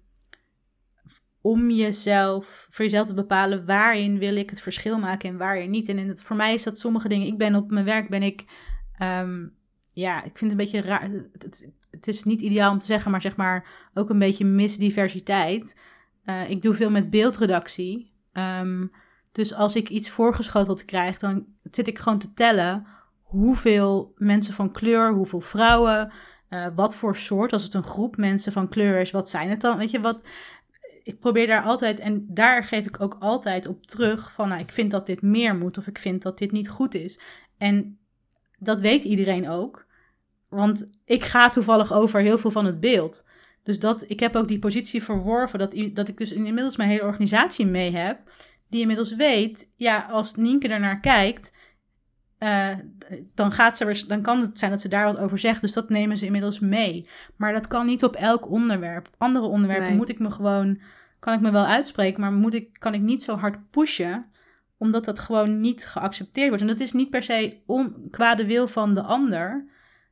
om jezelf, voor jezelf te bepalen... waarin wil ik het verschil maken en waarin niet. En in het, voor mij is dat sommige dingen... Ik ben op mijn werk, ben ik... Um, ja, ik vind het een beetje raar... Het, het, het is niet ideaal om te zeggen... maar zeg maar ook een beetje misdiversiteit. Uh, ik doe veel met beeldredactie... Um, Dus als ik iets voorgeschoteld krijg, dan zit ik gewoon te tellen hoeveel mensen van kleur, hoeveel vrouwen, uh, wat voor soort. Als het een groep mensen van kleur is, wat zijn het dan? Weet je, wat? Ik probeer daar altijd, en daar geef ik ook altijd op terug van, nou, ik vind dat dit meer moet of ik vind dat dit niet goed is. En dat weet iedereen ook, want ik ga toevallig over heel veel van het beeld. Dus dat, ik heb ook die positie verworven, dat, dat ik dus inmiddels mijn hele organisatie mee heb, die inmiddels weet, ja, als Nienke ernaar kijkt, uh, dan, gaat ze, dan kan het zijn dat ze daar wat over zegt. Dus dat nemen ze inmiddels mee. Maar dat kan niet op elk onderwerp. Andere onderwerpen nee. moet ik me gewoon, kan ik me wel uitspreken, maar moet ik, kan ik niet zo hard pushen, omdat dat gewoon niet geaccepteerd wordt. En dat is niet per se on, kwade wil van de ander.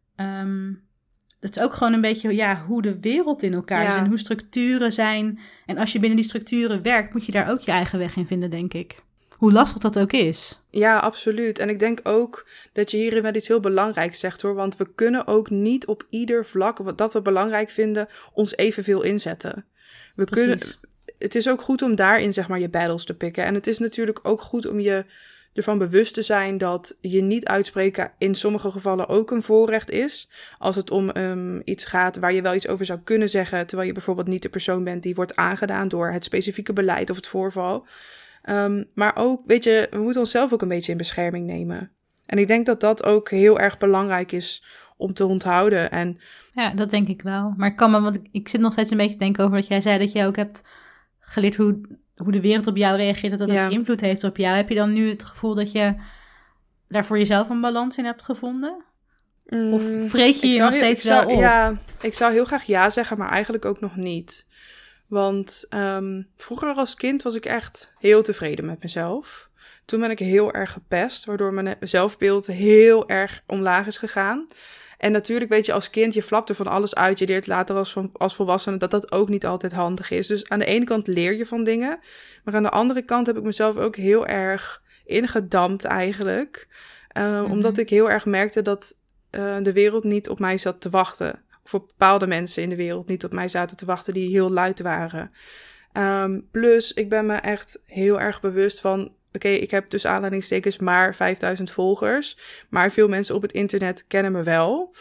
Um, Dat is ook gewoon een beetje ja, hoe de wereld in elkaar ja. is en hoe structuren zijn. En als je binnen die structuren werkt, moet je daar ook je eigen weg in vinden, denk ik. Hoe lastig dat ook is. Ja, absoluut. En ik denk ook dat je hierin wel iets heel belangrijks zegt, hoor. Want we kunnen ook niet op ieder vlak wat dat we belangrijk vinden, ons evenveel inzetten. We Precies. kunnen. Het is ook goed om daarin, zeg maar, je battles te pikken. En het is natuurlijk ook goed om je ervan bewust te zijn dat je niet uitspreken in sommige gevallen ook een voorrecht is. Als het om um, iets gaat waar je wel iets over zou kunnen zeggen, terwijl je bijvoorbeeld niet de persoon bent die wordt aangedaan door het specifieke beleid of het voorval. Um, maar ook, weet je, we moeten onszelf ook een beetje in bescherming nemen. En ik denk dat dat ook heel erg belangrijk is om te onthouden. En ja, dat denk ik wel. Maar ik kan me, want ik, ik zit nog steeds een beetje te denken over wat jij zei, dat jij ook hebt geleerd hoe, hoe de wereld op jou reageert, dat dat ja. ook invloed heeft op jou. Heb je dan nu het gevoel dat je daar voor jezelf een balans in hebt gevonden? Mm, of vreet je je nog steeds zou, wel op? Ja, ik zou heel graag ja zeggen, maar eigenlijk ook nog niet. Want um, vroeger als kind was ik echt heel tevreden met mezelf. Toen ben ik heel erg gepest, waardoor mijn zelfbeeld heel erg omlaag is gegaan. En natuurlijk weet je, als kind, je flapt er van alles uit. Je leert later als, van, als volwassene dat dat ook niet altijd handig is. Dus aan de ene kant leer je van dingen. Maar aan de andere kant heb ik mezelf ook heel erg ingedampt eigenlijk. Uh, mm-hmm. Omdat ik heel erg merkte dat uh, de wereld niet op mij zat te wachten. Of op bepaalde mensen in de wereld niet op mij zaten te wachten die heel luid waren. Um, plus, ik ben me echt heel erg bewust van, oké, okay, ik heb dus aanleidingstekens maar vijfduizend volgers. Maar veel mensen op het internet kennen me wel.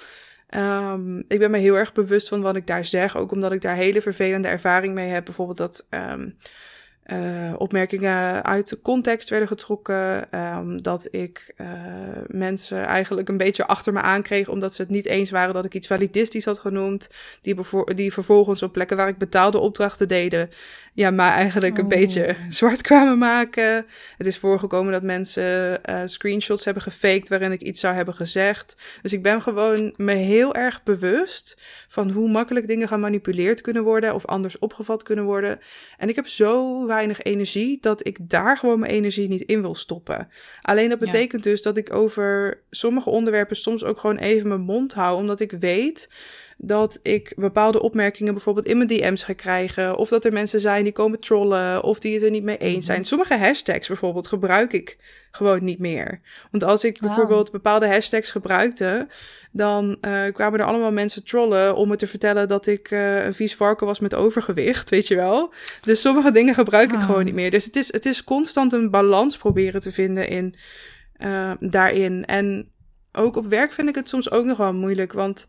Um, ik ben me heel erg bewust van wat ik daar zeg. Ook omdat ik daar hele vervelende ervaring mee heb. Bijvoorbeeld dat um, uh, opmerkingen uit de context werden getrokken. Um, dat ik uh, mensen eigenlijk een beetje achter me aankreeg, omdat ze het niet eens waren dat ik iets validistisch had genoemd. Die, bevo- die vervolgens op plekken waar ik betaalde opdrachten deden, ja, maar eigenlijk een oh. beetje zwart kwamen maken. Het is voorgekomen dat mensen uh, screenshots hebben gefaked waarin ik iets zou hebben gezegd. Dus ik ben gewoon me heel erg bewust van hoe makkelijk dingen gemanipuleerd kunnen worden of anders opgevat kunnen worden. En ik heb zo weinig energie dat ik daar gewoon mijn energie niet in wil stoppen. Alleen dat betekent ja. dus dat ik over sommige onderwerpen soms ook gewoon even mijn mond hou, omdat ik weet dat ik bepaalde opmerkingen bijvoorbeeld in mijn D M's ga krijgen, of dat er mensen zijn die komen trollen, of die het er niet mee eens zijn. Sommige hashtags bijvoorbeeld gebruik ik gewoon niet meer. Want als ik wow. bijvoorbeeld bepaalde hashtags gebruikte, dan uh, kwamen er allemaal mensen trollen om me te vertellen dat ik uh, een vies varken was met overgewicht, weet je wel. Dus sommige dingen gebruik wow. ik gewoon niet meer. Dus het is, het is constant een balans proberen te vinden in, uh, daarin. En ook op werk vind ik het soms ook nog wel moeilijk, want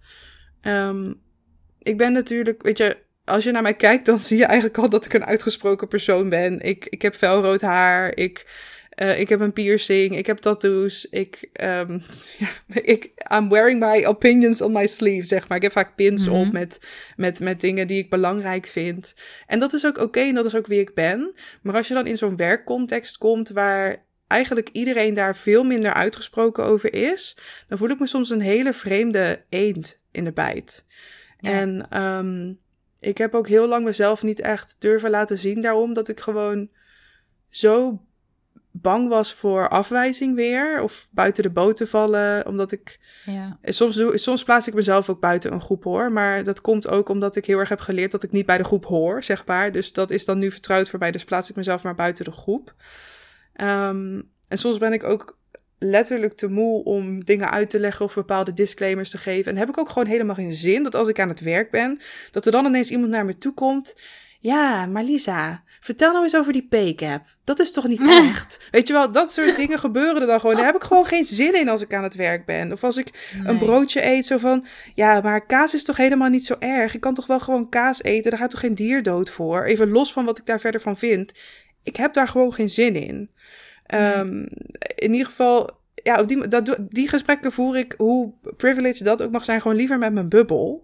Um, ik ben natuurlijk, weet je, als je naar mij kijkt, dan zie je eigenlijk al dat ik een uitgesproken persoon ben. Ik, ik heb felrood haar, ik, uh, ik heb een piercing, ik heb tattoos, ik, um, ja, ik, I'm wearing my opinions on my sleeve, zeg maar. Ik heb vaak pins mm-hmm. op met, met, met dingen die ik belangrijk vind. En dat is ook oké okay, en dat is ook wie ik ben. Maar als je dan in zo'n werkcontext komt waar eigenlijk iedereen daar veel minder uitgesproken over is, dan voel ik me soms een hele vreemde eend in de bijt. Ja. En um, ik heb ook heel lang mezelf niet echt durven laten zien daarom, dat ik gewoon zo bang was voor afwijzing weer. Of buiten de boot te vallen. Omdat ik... Ja. Soms, doe, soms plaats ik mezelf ook buiten een groep hoor. Maar dat komt ook omdat ik heel erg heb geleerd dat ik niet bij de groep hoor, zeg maar. Dus dat is dan nu vertrouwd voor mij. Dus plaats ik mezelf maar buiten de groep. Um, en soms ben ik ook letterlijk te moe om dingen uit te leggen of bepaalde disclaimers te geven. En heb ik ook gewoon helemaal geen zin dat als ik aan het werk ben, dat er dan ineens iemand naar me toe komt. Ja, maar Lisa, vertel nou eens over die pay-cap. Dat is toch niet echt? Weet je wel, dat soort dingen gebeuren er dan gewoon. Daar heb ik gewoon geen zin in als ik aan het werk ben. Of als ik nee. een broodje eet, zo van... Ja, maar kaas is toch helemaal niet zo erg? Ik kan toch wel gewoon kaas eten? Daar gaat toch geen dier dood voor? Even los van wat ik daar verder van vind. Ik heb daar gewoon geen zin in. Um, in ieder geval... Ja, op die, dat, die gesprekken voer ik, hoe privileged dat ook mag zijn, gewoon liever met mijn bubbel.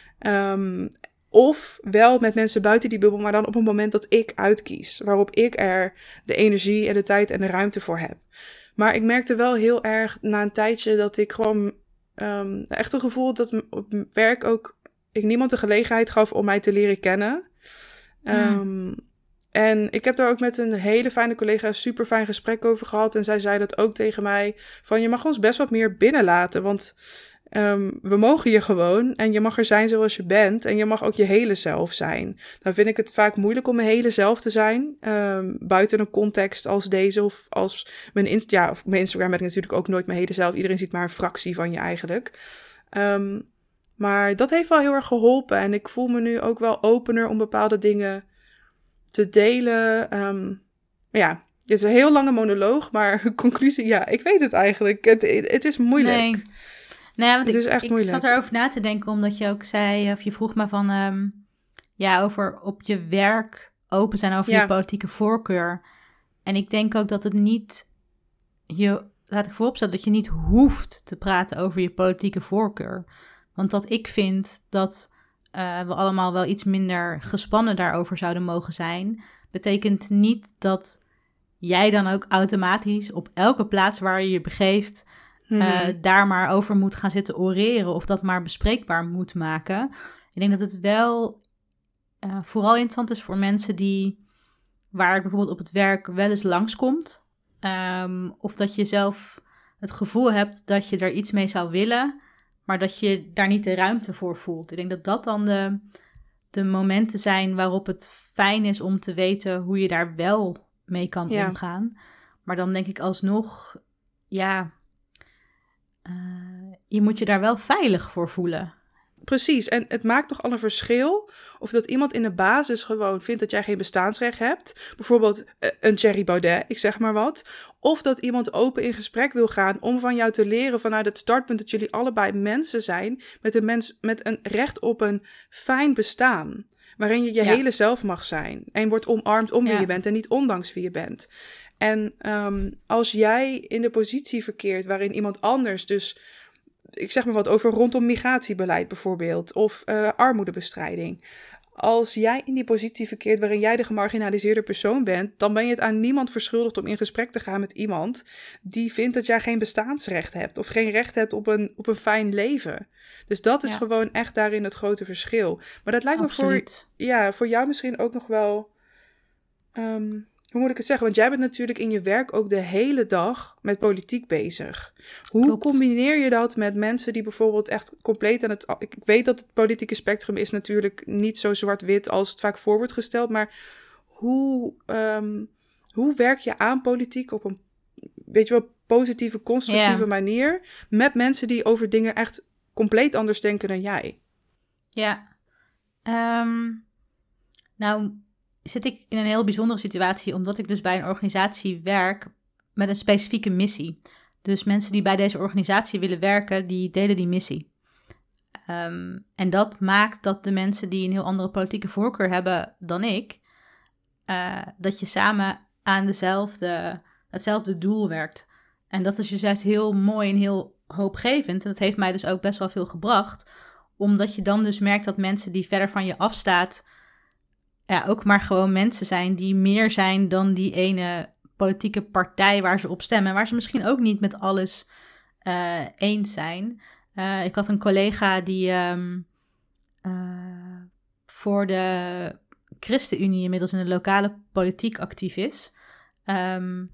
Um, of wel met mensen buiten die bubbel, maar dan op een moment dat ik uitkies. Waarop ik er de energie en de tijd en de ruimte voor heb. Maar ik merkte wel heel erg na een tijdje dat ik gewoon um, echt een gevoel dat op werk ook ik niemand de gelegenheid gaf om mij te leren kennen. Um, mm. En ik heb daar ook met een hele fijne collega een super fijn gesprek over gehad. En zij zei dat ook tegen mij. Van je mag ons best wat meer binnenlaten. Want um, we mogen je gewoon. En je mag er zijn zoals je bent. En je mag ook je hele zelf zijn. Dan vind ik het vaak moeilijk om mijn hele zelf te zijn. Um, buiten een context als deze. Of als mijn, inst- ja, of mijn Instagram ben ik natuurlijk ook nooit mijn hele zelf. Iedereen ziet maar een fractie van je eigenlijk. Um, maar dat heeft wel heel erg geholpen. En ik voel me nu ook wel opener om bepaalde dingen te delen. Um, ja, het is een heel lange monoloog, maar conclusie, ja, ik weet het eigenlijk. Het, het, het is moeilijk. Nee, nee want het ik, is echt ik moeilijk. zat erover na te denken, omdat je ook zei, of je vroeg me van, um, ja, over op je werk open zijn over ja. je politieke voorkeur. En ik denk ook dat het niet, je, laat ik vooropstellen, dat je niet hoeft te praten over je politieke voorkeur. Want dat ik vind dat Uh, we allemaal wel iets minder gespannen daarover zouden mogen zijn, betekent niet dat jij dan ook automatisch op elke plaats waar je je begeeft, mm-hmm. uh, daar maar over moet gaan zitten oreren of dat maar bespreekbaar moet maken. Ik denk dat het wel uh, vooral interessant is voor mensen die, waar het bijvoorbeeld op het werk wel eens langskomt, um, of dat je zelf het gevoel hebt dat je er iets mee zou willen, maar dat je daar niet de ruimte voor voelt. Ik denk dat dat dan de, de momenten zijn waarop het fijn is om te weten hoe je daar wel mee kan ja. omgaan. Maar dan denk ik alsnog, ja, uh, je moet je daar wel veilig voor voelen. Precies, en het maakt toch al een verschil of dat iemand in de basis gewoon vindt dat jij geen bestaansrecht hebt. Bijvoorbeeld een Thierry Baudet, ik zeg maar wat. Of dat iemand open in gesprek wil gaan om van jou te leren vanuit het startpunt dat jullie allebei mensen zijn met een, mens, met een recht op een fijn bestaan. Waarin je je ja. hele zelf mag zijn en wordt omarmd om wie ja. je bent en niet ondanks wie je bent. En um, als jij in de positie verkeert waarin iemand anders dus, ik zeg maar wat, over rondom migratiebeleid bijvoorbeeld, of uh, armoedebestrijding. Als jij in die positie verkeert waarin jij de gemarginaliseerde persoon bent, dan ben je het aan niemand verschuldigd om in gesprek te gaan met iemand die vindt dat jij geen bestaansrecht hebt of geen recht hebt op een, op een fijn leven. Dus dat is ja. gewoon echt daarin het grote verschil. Maar dat lijkt Absoluut. me voor, ja, voor jou misschien ook nog wel, um, hoe moet ik het zeggen? Want jij bent natuurlijk in je werk ook de hele dag met politiek bezig. Hoe Klopt. combineer je dat met mensen die bijvoorbeeld echt compleet aan het... Ik weet dat het politieke spectrum is natuurlijk niet zo zwart-wit als het vaak voor wordt gesteld. Maar hoe, um, hoe werk je aan politiek op een, weet je wel, positieve, constructieve yeah. manier met mensen die over dingen echt compleet anders denken dan jij? Ja. Um, nou... zit ik in een heel bijzondere situatie, omdat ik dus bij een organisatie werk met een specifieke missie. Dus mensen die bij deze organisatie willen werken, die delen die missie. Um, en dat maakt dat de mensen die een heel andere politieke voorkeur hebben dan ik, uh, dat je samen aan dezelfde, hetzelfde doel werkt. En dat is dus juist heel mooi en heel hoopgevend. En dat heeft mij dus ook best wel veel gebracht, omdat je dan dus merkt dat mensen die verder van je afstaat, ja, ook maar gewoon mensen zijn die meer zijn dan die ene politieke partij waar ze op stemmen. Waar ze misschien ook niet met alles uh, eens zijn. Uh, ik had een collega die um, uh, voor de ChristenUnie inmiddels in de lokale politiek actief is. Um,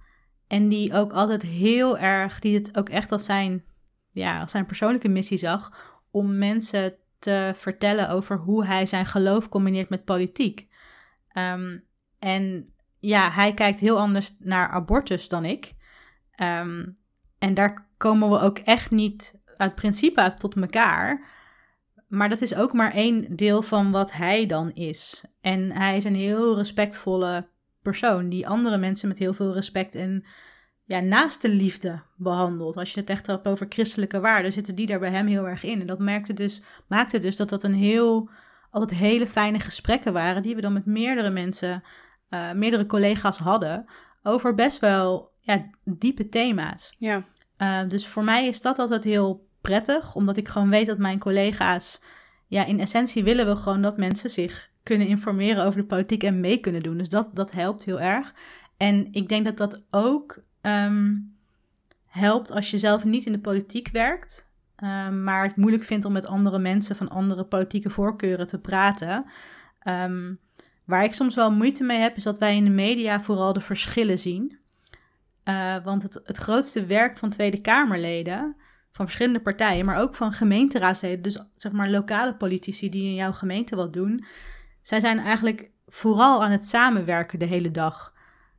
En die ook altijd heel erg, die het ook echt als zijn, ja, als zijn persoonlijke missie zag, om mensen te vertellen over hoe hij zijn geloof combineert met politiek. Um, en ja, hij kijkt heel anders naar abortus dan ik. Um, en daar komen we ook echt niet uit principe uit tot elkaar. Maar dat is ook maar één deel van wat hij dan is. En hij is een heel respectvolle persoon die andere mensen met heel veel respect en ja, naaste liefde behandelt. Als je het echt hebt over christelijke waarden, zitten die daar bij hem heel erg in. En dat merkte dus, maakte dus dat dat een heel, altijd hele fijne gesprekken waren die we dan met meerdere mensen, uh, meerdere collega's hadden over best wel ja, diepe thema's. Ja. Uh, dus voor mij is dat altijd heel prettig, omdat ik gewoon weet dat mijn collega's, ja, in essentie willen we gewoon dat mensen zich kunnen informeren over de politiek en mee kunnen doen. Dus dat, dat helpt heel erg. En ik denk dat dat ook um, helpt als je zelf niet in de politiek werkt, um, maar het moeilijk vindt om met andere mensen van andere politieke voorkeuren te praten. Um, waar ik soms wel moeite mee heb, is dat wij in de media vooral de verschillen zien. Uh, want het, het grootste werk van Tweede Kamerleden, van verschillende partijen, maar ook van gemeenteraadsleden, dus zeg maar lokale politici die in jouw gemeente wat doen, zij zijn eigenlijk vooral aan het samenwerken de hele dag.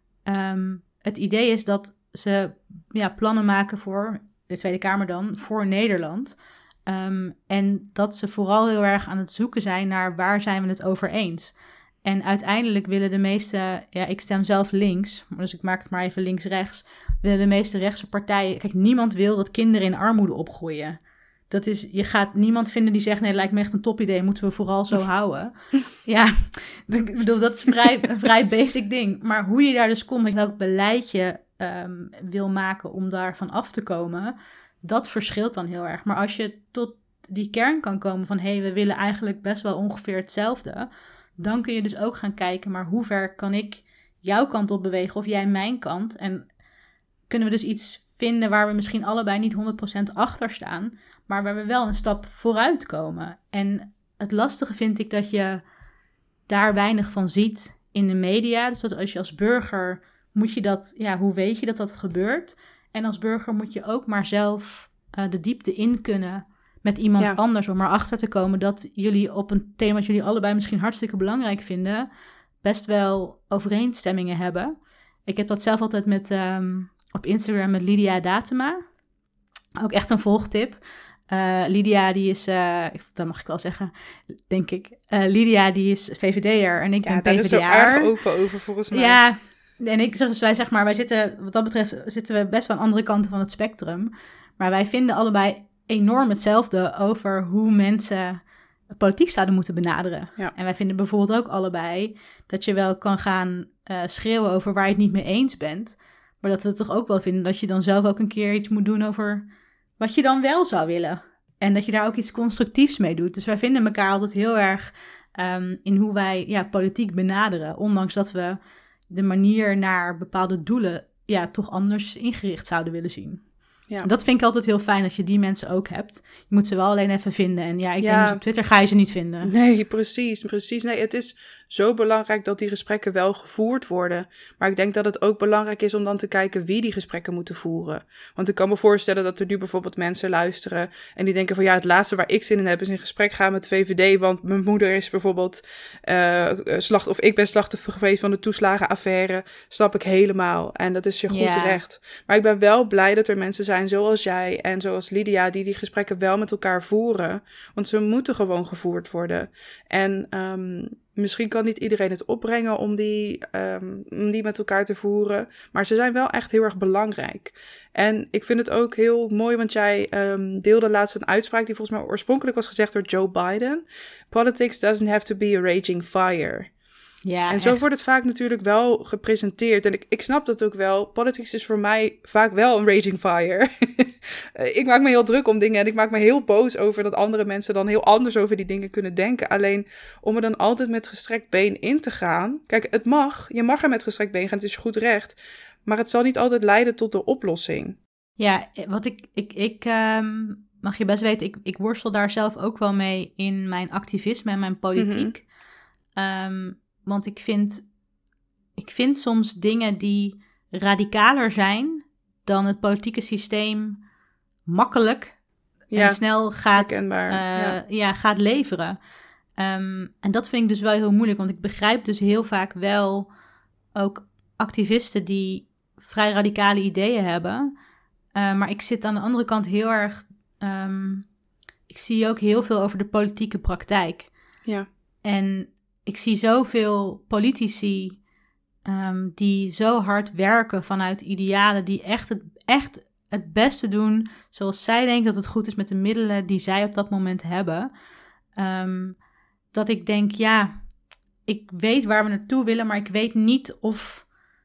Um, het idee is dat ze ja, plannen maken voor, de Tweede Kamer dan, voor Nederland. Um, en dat ze vooral heel erg aan het zoeken zijn naar waar zijn we het over eens. En uiteindelijk willen de meeste, ja, ik stem zelf links, dus ik maak het maar even links-rechts, willen de meeste rechtse partijen, kijk, niemand wil dat kinderen in armoede opgroeien. Dat is, je gaat niemand vinden die zegt, nee, het lijkt me echt een topidee, moeten we vooral zo houden. Ja, ik bedoel, dat is vrij, een vrij basic ding. Maar hoe je daar dus komt, en welk beleid je um, wil maken om daarvan af te komen, dat verschilt dan heel erg. Maar als je tot die kern kan komen van, hé, hey, we willen eigenlijk best wel ongeveer hetzelfde, dan kun je dus ook gaan kijken, maar hoe ver kan ik jouw kant op bewegen of jij mijn kant? En kunnen we dus iets vinden waar we misschien allebei niet honderd procent achter staan, maar waar we wel een stap vooruit komen. En het lastige vind ik dat je daar weinig van ziet in de media. Dus dat als je als burger moet je dat, ja, hoe weet je dat dat gebeurt? En als burger moet je ook maar zelf uh, de diepte in kunnen met iemand ja. anders, om erachter te komen dat jullie op een thema dat jullie allebei misschien hartstikke belangrijk vinden, best wel overeenstemmingen hebben. Ik heb dat zelf altijd met um, op Instagram met Lydia Datema. Ook echt een volgtip. Uh, Lydia, die is, uh, dat mag ik wel zeggen, denk ik. Uh, Lydia, die is V V D'er en ik ja, ben P V D'er. Ja, daar is zo erg open over, volgens mij. Ja, en ik zeg, dus wij zeg maar, wij zitten, wat dat betreft, zitten we best wel aan andere kanten van het spectrum. Maar wij vinden allebei enorm hetzelfde over hoe mensen politiek zouden moeten benaderen. Ja. En wij vinden bijvoorbeeld ook allebei dat je wel kan gaan uh, schreeuwen over waar je het niet mee eens bent, maar dat we het toch ook wel vinden dat je dan zelf ook een keer iets moet doen over wat je dan wel zou willen. En dat je daar ook iets constructiefs mee doet. Dus wij vinden elkaar altijd heel erg um, in hoe wij ja, politiek benaderen, ondanks dat we de manier naar bepaalde doelen ja, toch anders ingericht zouden willen zien. Ja. Dat vind ik altijd heel fijn dat je die mensen ook hebt. Je moet ze wel alleen even vinden. En ja, ik ja. denk dus op Twitter ga je ze niet vinden. Nee, precies, precies. Nee, het is zo belangrijk dat die gesprekken wel gevoerd worden. Maar ik denk dat het ook belangrijk is om dan te kijken wie die gesprekken moeten voeren. Want ik kan me voorstellen dat er nu bijvoorbeeld mensen luisteren en die denken van ja, het laatste waar ik zin in heb is in gesprek gaan met V V D, want mijn moeder is bijvoorbeeld uh, slacht of ik ben slachtoffer geweest van de toeslagenaffaire. Snap ik helemaal. En dat is je goed ja. recht. Maar ik ben wel blij dat er mensen zijn zoals jij en zoals Lydia die die gesprekken wel met elkaar voeren. Want ze moeten gewoon gevoerd worden. En um, misschien kan niet iedereen het opbrengen om die, um, om die met elkaar te voeren. Maar ze zijn wel echt heel erg belangrijk. En ik vind het ook heel mooi, want jij um, deelde laatst een uitspraak die volgens mij oorspronkelijk was gezegd door Joe Biden. Politics doesn't have to be a raging fire. Ja, en zo echt. wordt het vaak natuurlijk wel gepresenteerd. En ik, ik snap dat ook wel. Politics is voor mij vaak wel een raging fire. Ik maak me heel druk om dingen en ik maak me heel boos over dat andere mensen dan heel anders over die dingen kunnen denken. Alleen om er dan altijd met gestrekt been in te gaan. Kijk, het mag. Je mag er met gestrekt been gaan. Het is je goed recht. Maar het zal niet altijd leiden tot de oplossing. Ja, wat ik... ik, ik um, mag je best weten, ik, ik worstel daar zelf ook wel mee in mijn activisme en mijn politiek. Mm-hmm. Um, Want ik vind, ik vind soms dingen die radicaler zijn dan het politieke systeem makkelijk Ja, en snel gaat, herkenbaar, uh, ja. ja, gaat leveren. Um, en dat vind ik dus wel heel moeilijk, want ik begrijp dus heel vaak wel ook activisten die vrij radicale ideeën hebben. Uh, maar ik zit aan de andere kant heel erg... Um, ik zie ook heel veel over de politieke praktijk. Ja. En ik zie zoveel politici um, die zo hard werken vanuit idealen, die echt het, echt het beste doen zoals zij denken dat het goed is met de middelen die zij op dat moment hebben. Um, dat ik denk, ja, ik weet waar we naartoe willen, maar ik weet niet of,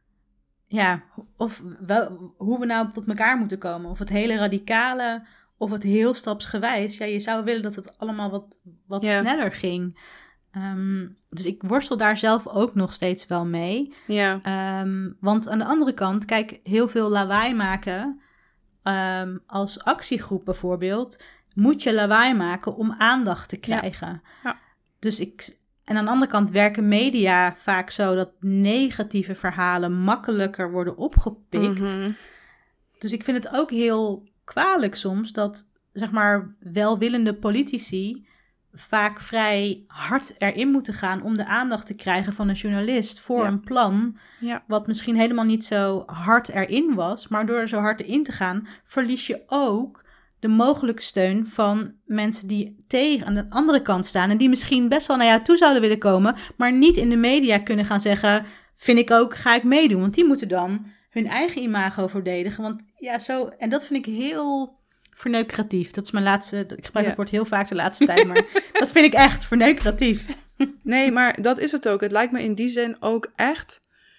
ja, of wel, hoe we nou tot elkaar moeten komen. Of het hele radicale, of het heel stapsgewijs. Ja, je zou willen dat het allemaal wat, wat Ja. sneller ging. Um, dus ik worstel daar zelf ook nog steeds wel mee. Ja. Um, want aan de andere kant, kijk, heel veel lawaai maken, um, als actiegroep bijvoorbeeld, moet je lawaai maken om aandacht te krijgen. Ja. Ja. Dus ik, en aan de andere kant werken media vaak zo dat negatieve verhalen makkelijker worden opgepikt. Mm-hmm. Dus ik vind het ook heel kwalijk soms dat, zeg maar, welwillende politici vaak vrij hard erin moeten gaan om de aandacht te krijgen van een journalist voor Ja. een plan, Ja. wat misschien helemaal niet zo hard erin was, maar door er zo hard in te gaan, verlies je ook de mogelijke steun van mensen die tegen aan de andere kant staan en die misschien best wel naar jou toe zouden willen komen, maar niet in de media kunnen gaan zeggen, vind ik ook, ga ik meedoen. Want die moeten dan hun eigen imago verdedigen. Want ja, zo, en dat vind ik heel verneukeratief. Dat is mijn laatste, ik gebruik Ja. het woord heel vaak de laatste tijd, maar dat vind ik echt verneukeratief. Nee, maar dat is het ook. Het lijkt me in die zin ook echt...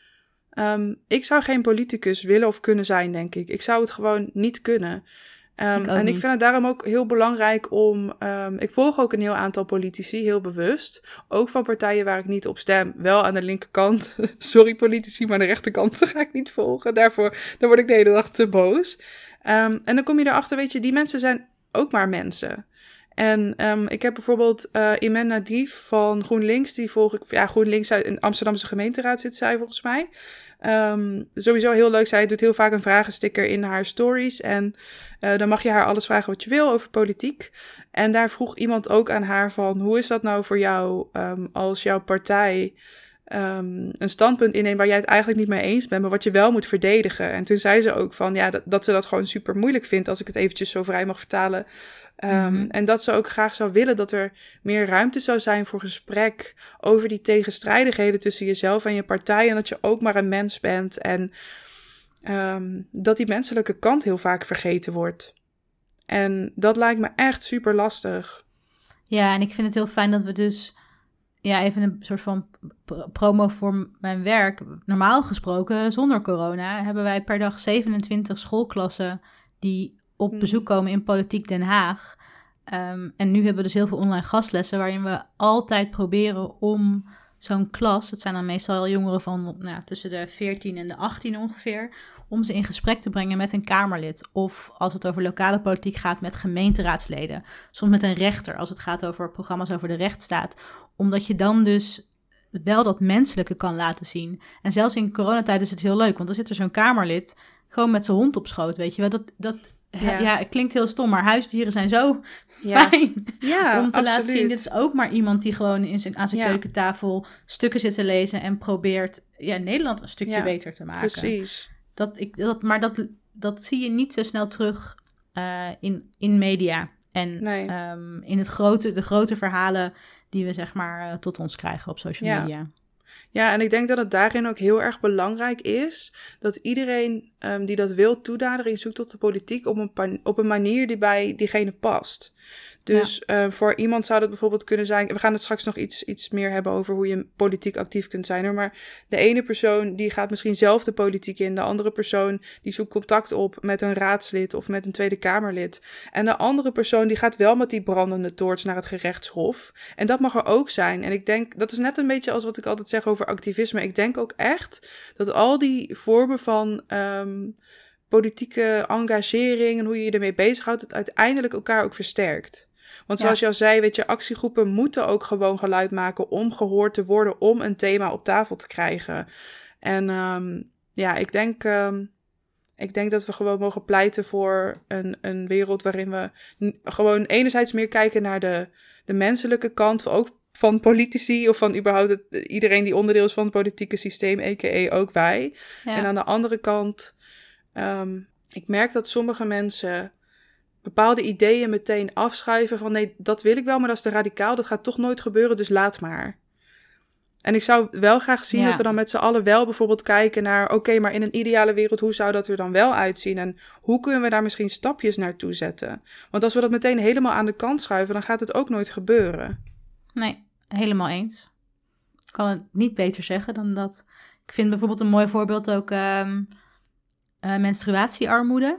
Um, ik zou geen politicus willen of kunnen zijn, denk ik. Ik zou het gewoon niet kunnen. Um, ik en niet. ik vind het daarom ook heel belangrijk om... Um, ik volg ook een heel aantal politici, heel bewust. Ook van partijen waar ik niet op stem. Wel aan de linkerkant. Sorry politici, maar aan de rechterkant ga ik niet volgen. Daarvoor dan word ik de hele dag te boos. Um, en dan kom je erachter, weet je, die mensen zijn ook maar mensen. En um, ik heb bijvoorbeeld uh, Imen Nadif van GroenLinks, die volg ik, ja, GroenLinks uit in Amsterdamse gemeenteraad zit zij volgens mij. Um, sowieso heel leuk, zij doet heel vaak een vragensticker in haar stories en uh, dan mag je haar alles vragen wat je wil over politiek. En daar vroeg iemand ook aan haar van, hoe is dat nou voor jou um, als jouw partij Um, een standpunt inneemt waar jij het eigenlijk niet mee eens bent, maar wat je wel moet verdedigen. En toen zei ze ook van, ja, dat, dat ze dat gewoon super moeilijk vindt, als ik het eventjes zo vrij mag vertalen. Um, mm-hmm. En dat ze ook graag zou willen dat er meer ruimte zou zijn voor gesprek over die tegenstrijdigheden tussen jezelf en je partij, en dat je ook maar een mens bent en um, dat die menselijke kant heel vaak vergeten wordt. En dat lijkt me echt super lastig. Ja, en ik vind het heel fijn dat we dus... Ja, even een soort van promo voor mijn werk. Normaal gesproken, zonder corona, hebben wij per dag zevenentwintig schoolklassen die op hmm. bezoek komen in Politiek Den Haag. Um, en nu hebben we dus heel veel online gastlessen waarin we altijd proberen om zo'n klas, het zijn dan meestal jongeren van nou, tussen de veertien en de achttien ongeveer, om ze in gesprek te brengen met een Kamerlid. Of als het over lokale politiek gaat, met gemeenteraadsleden. Soms met een rechter, als het gaat over programma's over de rechtsstaat. Omdat je dan dus wel dat menselijke kan laten zien. En zelfs in coronatijd is het heel leuk, want dan zit er zo'n Kamerlid gewoon met zijn hond op schoot, weet je wel. Dat, dat, ja. ja, het klinkt heel stom, maar huisdieren zijn zo ja. fijn ja, om te absoluut. laten zien. Dit is ook maar iemand die gewoon in zijn, aan zijn ja. keukentafel stukken zit te lezen en probeert ja, Nederland een stukje ja, beter te maken. Precies. Dat ik, dat, maar dat, dat zie je niet zo snel terug uh, in, in media. En nee. um, in het grote, de grote verhalen die we zeg maar uh, tot ons krijgen op social ja. media. Ja, en ik denk dat het daarin ook heel erg belangrijk is dat iedereen um, die dat wil toenadering zoekt tot de politiek op een, pan- op een manier die bij diegene past. Dus ja. uh, voor iemand zou dat bijvoorbeeld kunnen zijn... We gaan het straks nog iets, iets meer hebben over hoe je politiek actief kunt zijn. Hoor. Maar de ene persoon die gaat misschien zelf de politiek in. De andere persoon die zoekt contact op met een raadslid of met een Tweede Kamerlid. En de andere persoon die gaat wel met die brandende toorts naar het gerechtshof. En dat mag er ook zijn. En ik denk, dat is net een beetje als wat ik altijd zeg over activisme. Ik denk ook echt dat al die vormen van... Um, politieke engagering en hoe je je ermee bezighoudt, het uiteindelijk elkaar ook versterkt. Want zoals ja. je al zei, weet je, actiegroepen moeten ook gewoon geluid maken om gehoord te worden, om een thema op tafel te krijgen. En um, ja, ik denk, um, ik denk dat we gewoon mogen pleiten voor een, een wereld waarin we n- gewoon enerzijds meer kijken naar de, de menselijke kant, ook van politici of van überhaupt het, iedereen die onderdeel is van het politieke systeem, a k a ook wij. Ja. En aan de andere kant, um, ik merk dat sommige mensen bepaalde ideeën meteen afschuiven van nee, dat wil ik wel, maar dat is te radicaal, dat gaat toch nooit gebeuren, dus laat maar. En ik zou wel graag zien ja. dat we dan met z'n allen wel bijvoorbeeld kijken naar, oké, okay, maar in een ideale wereld, hoe zou dat er dan wel uitzien? En hoe kunnen we daar misschien stapjes naartoe zetten? Want als we dat meteen helemaal aan de kant schuiven, dan gaat het ook nooit gebeuren. Nee, helemaal eens. Ik kan het niet beter zeggen dan dat. Ik vind bijvoorbeeld een mooi voorbeeld ook um, uh, menstruatiearmoede.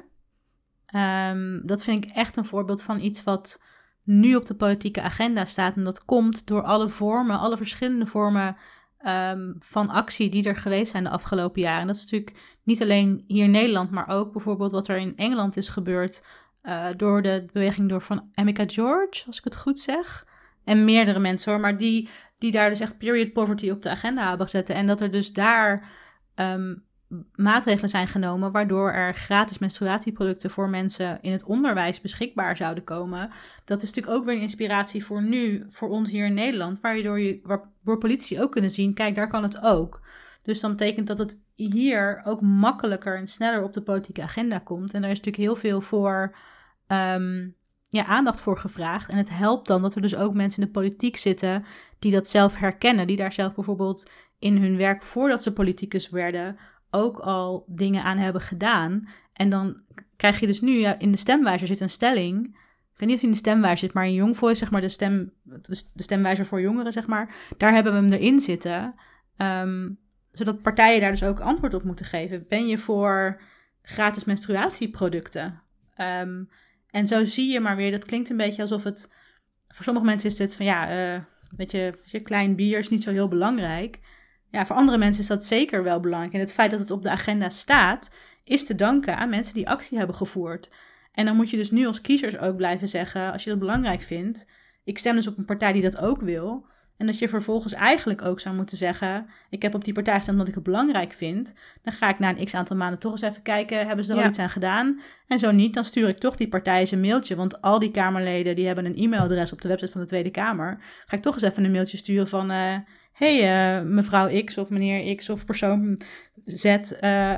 Um, dat vind ik echt een voorbeeld van iets wat nu op de politieke agenda staat. En dat komt door alle vormen, alle verschillende vormen um, van actie die er geweest zijn de afgelopen jaren. En dat is natuurlijk niet alleen hier in Nederland, maar ook bijvoorbeeld wat er in Engeland is gebeurd uh, door de beweging door van Amika George, als ik het goed zeg. En meerdere mensen hoor, maar die, die daar dus echt period poverty op de agenda hebben gezet. En dat er dus daar um, maatregelen zijn genomen waardoor er gratis menstruatieproducten voor mensen in het onderwijs beschikbaar zouden komen. Dat is natuurlijk ook weer een inspiratie voor nu, voor ons hier in Nederland, waardoor je, waardoor politici ook kunnen zien, kijk, daar kan het ook. Dus dan betekent dat het hier ook makkelijker en sneller op de politieke agenda komt. En daar is natuurlijk heel veel voor um, ja, aandacht voor gevraagd. En het helpt dan dat er dus ook mensen in de politiek zitten die dat zelf herkennen, die daar zelf bijvoorbeeld in hun werk voordat ze politicus werden ook al dingen aan hebben gedaan. En dan krijg je dus nu, ja, in de stemwijzer zit een stelling. Ik weet niet of die in de stemwijzer zit, maar in Young Voice, zeg maar, de, stem, de stemwijzer voor jongeren, zeg maar. Daar hebben we hem erin zitten. Um, zodat partijen daar dus ook antwoord op moeten geven. Ben je voor gratis menstruatieproducten? Um, en zo zie je maar weer, dat klinkt een beetje alsof het, voor sommige mensen is dit van ja, uh, weet je, weet je, klein bier is niet zo heel belangrijk. Ja, voor andere mensen is dat zeker wel belangrijk. En het feit dat het op de agenda staat, is te danken aan mensen die actie hebben gevoerd. En dan moet je dus nu als kiezers ook blijven zeggen, als je dat belangrijk vindt, ik stem dus op een partij die dat ook wil. En dat je vervolgens eigenlijk ook zou moeten zeggen, ik heb op die partij gestemd omdat ik het belangrijk vind. Dan ga ik na een x-aantal maanden toch eens even kijken, hebben ze er ja. al iets aan gedaan? En zo niet, dan stuur ik toch die partij eens een mailtje. Want al die Kamerleden, die hebben een e-mailadres op de website van de Tweede Kamer. Ga ik toch eens even een mailtje sturen van, uh, hey, uh, mevrouw X of meneer X of persoon Z. Uh,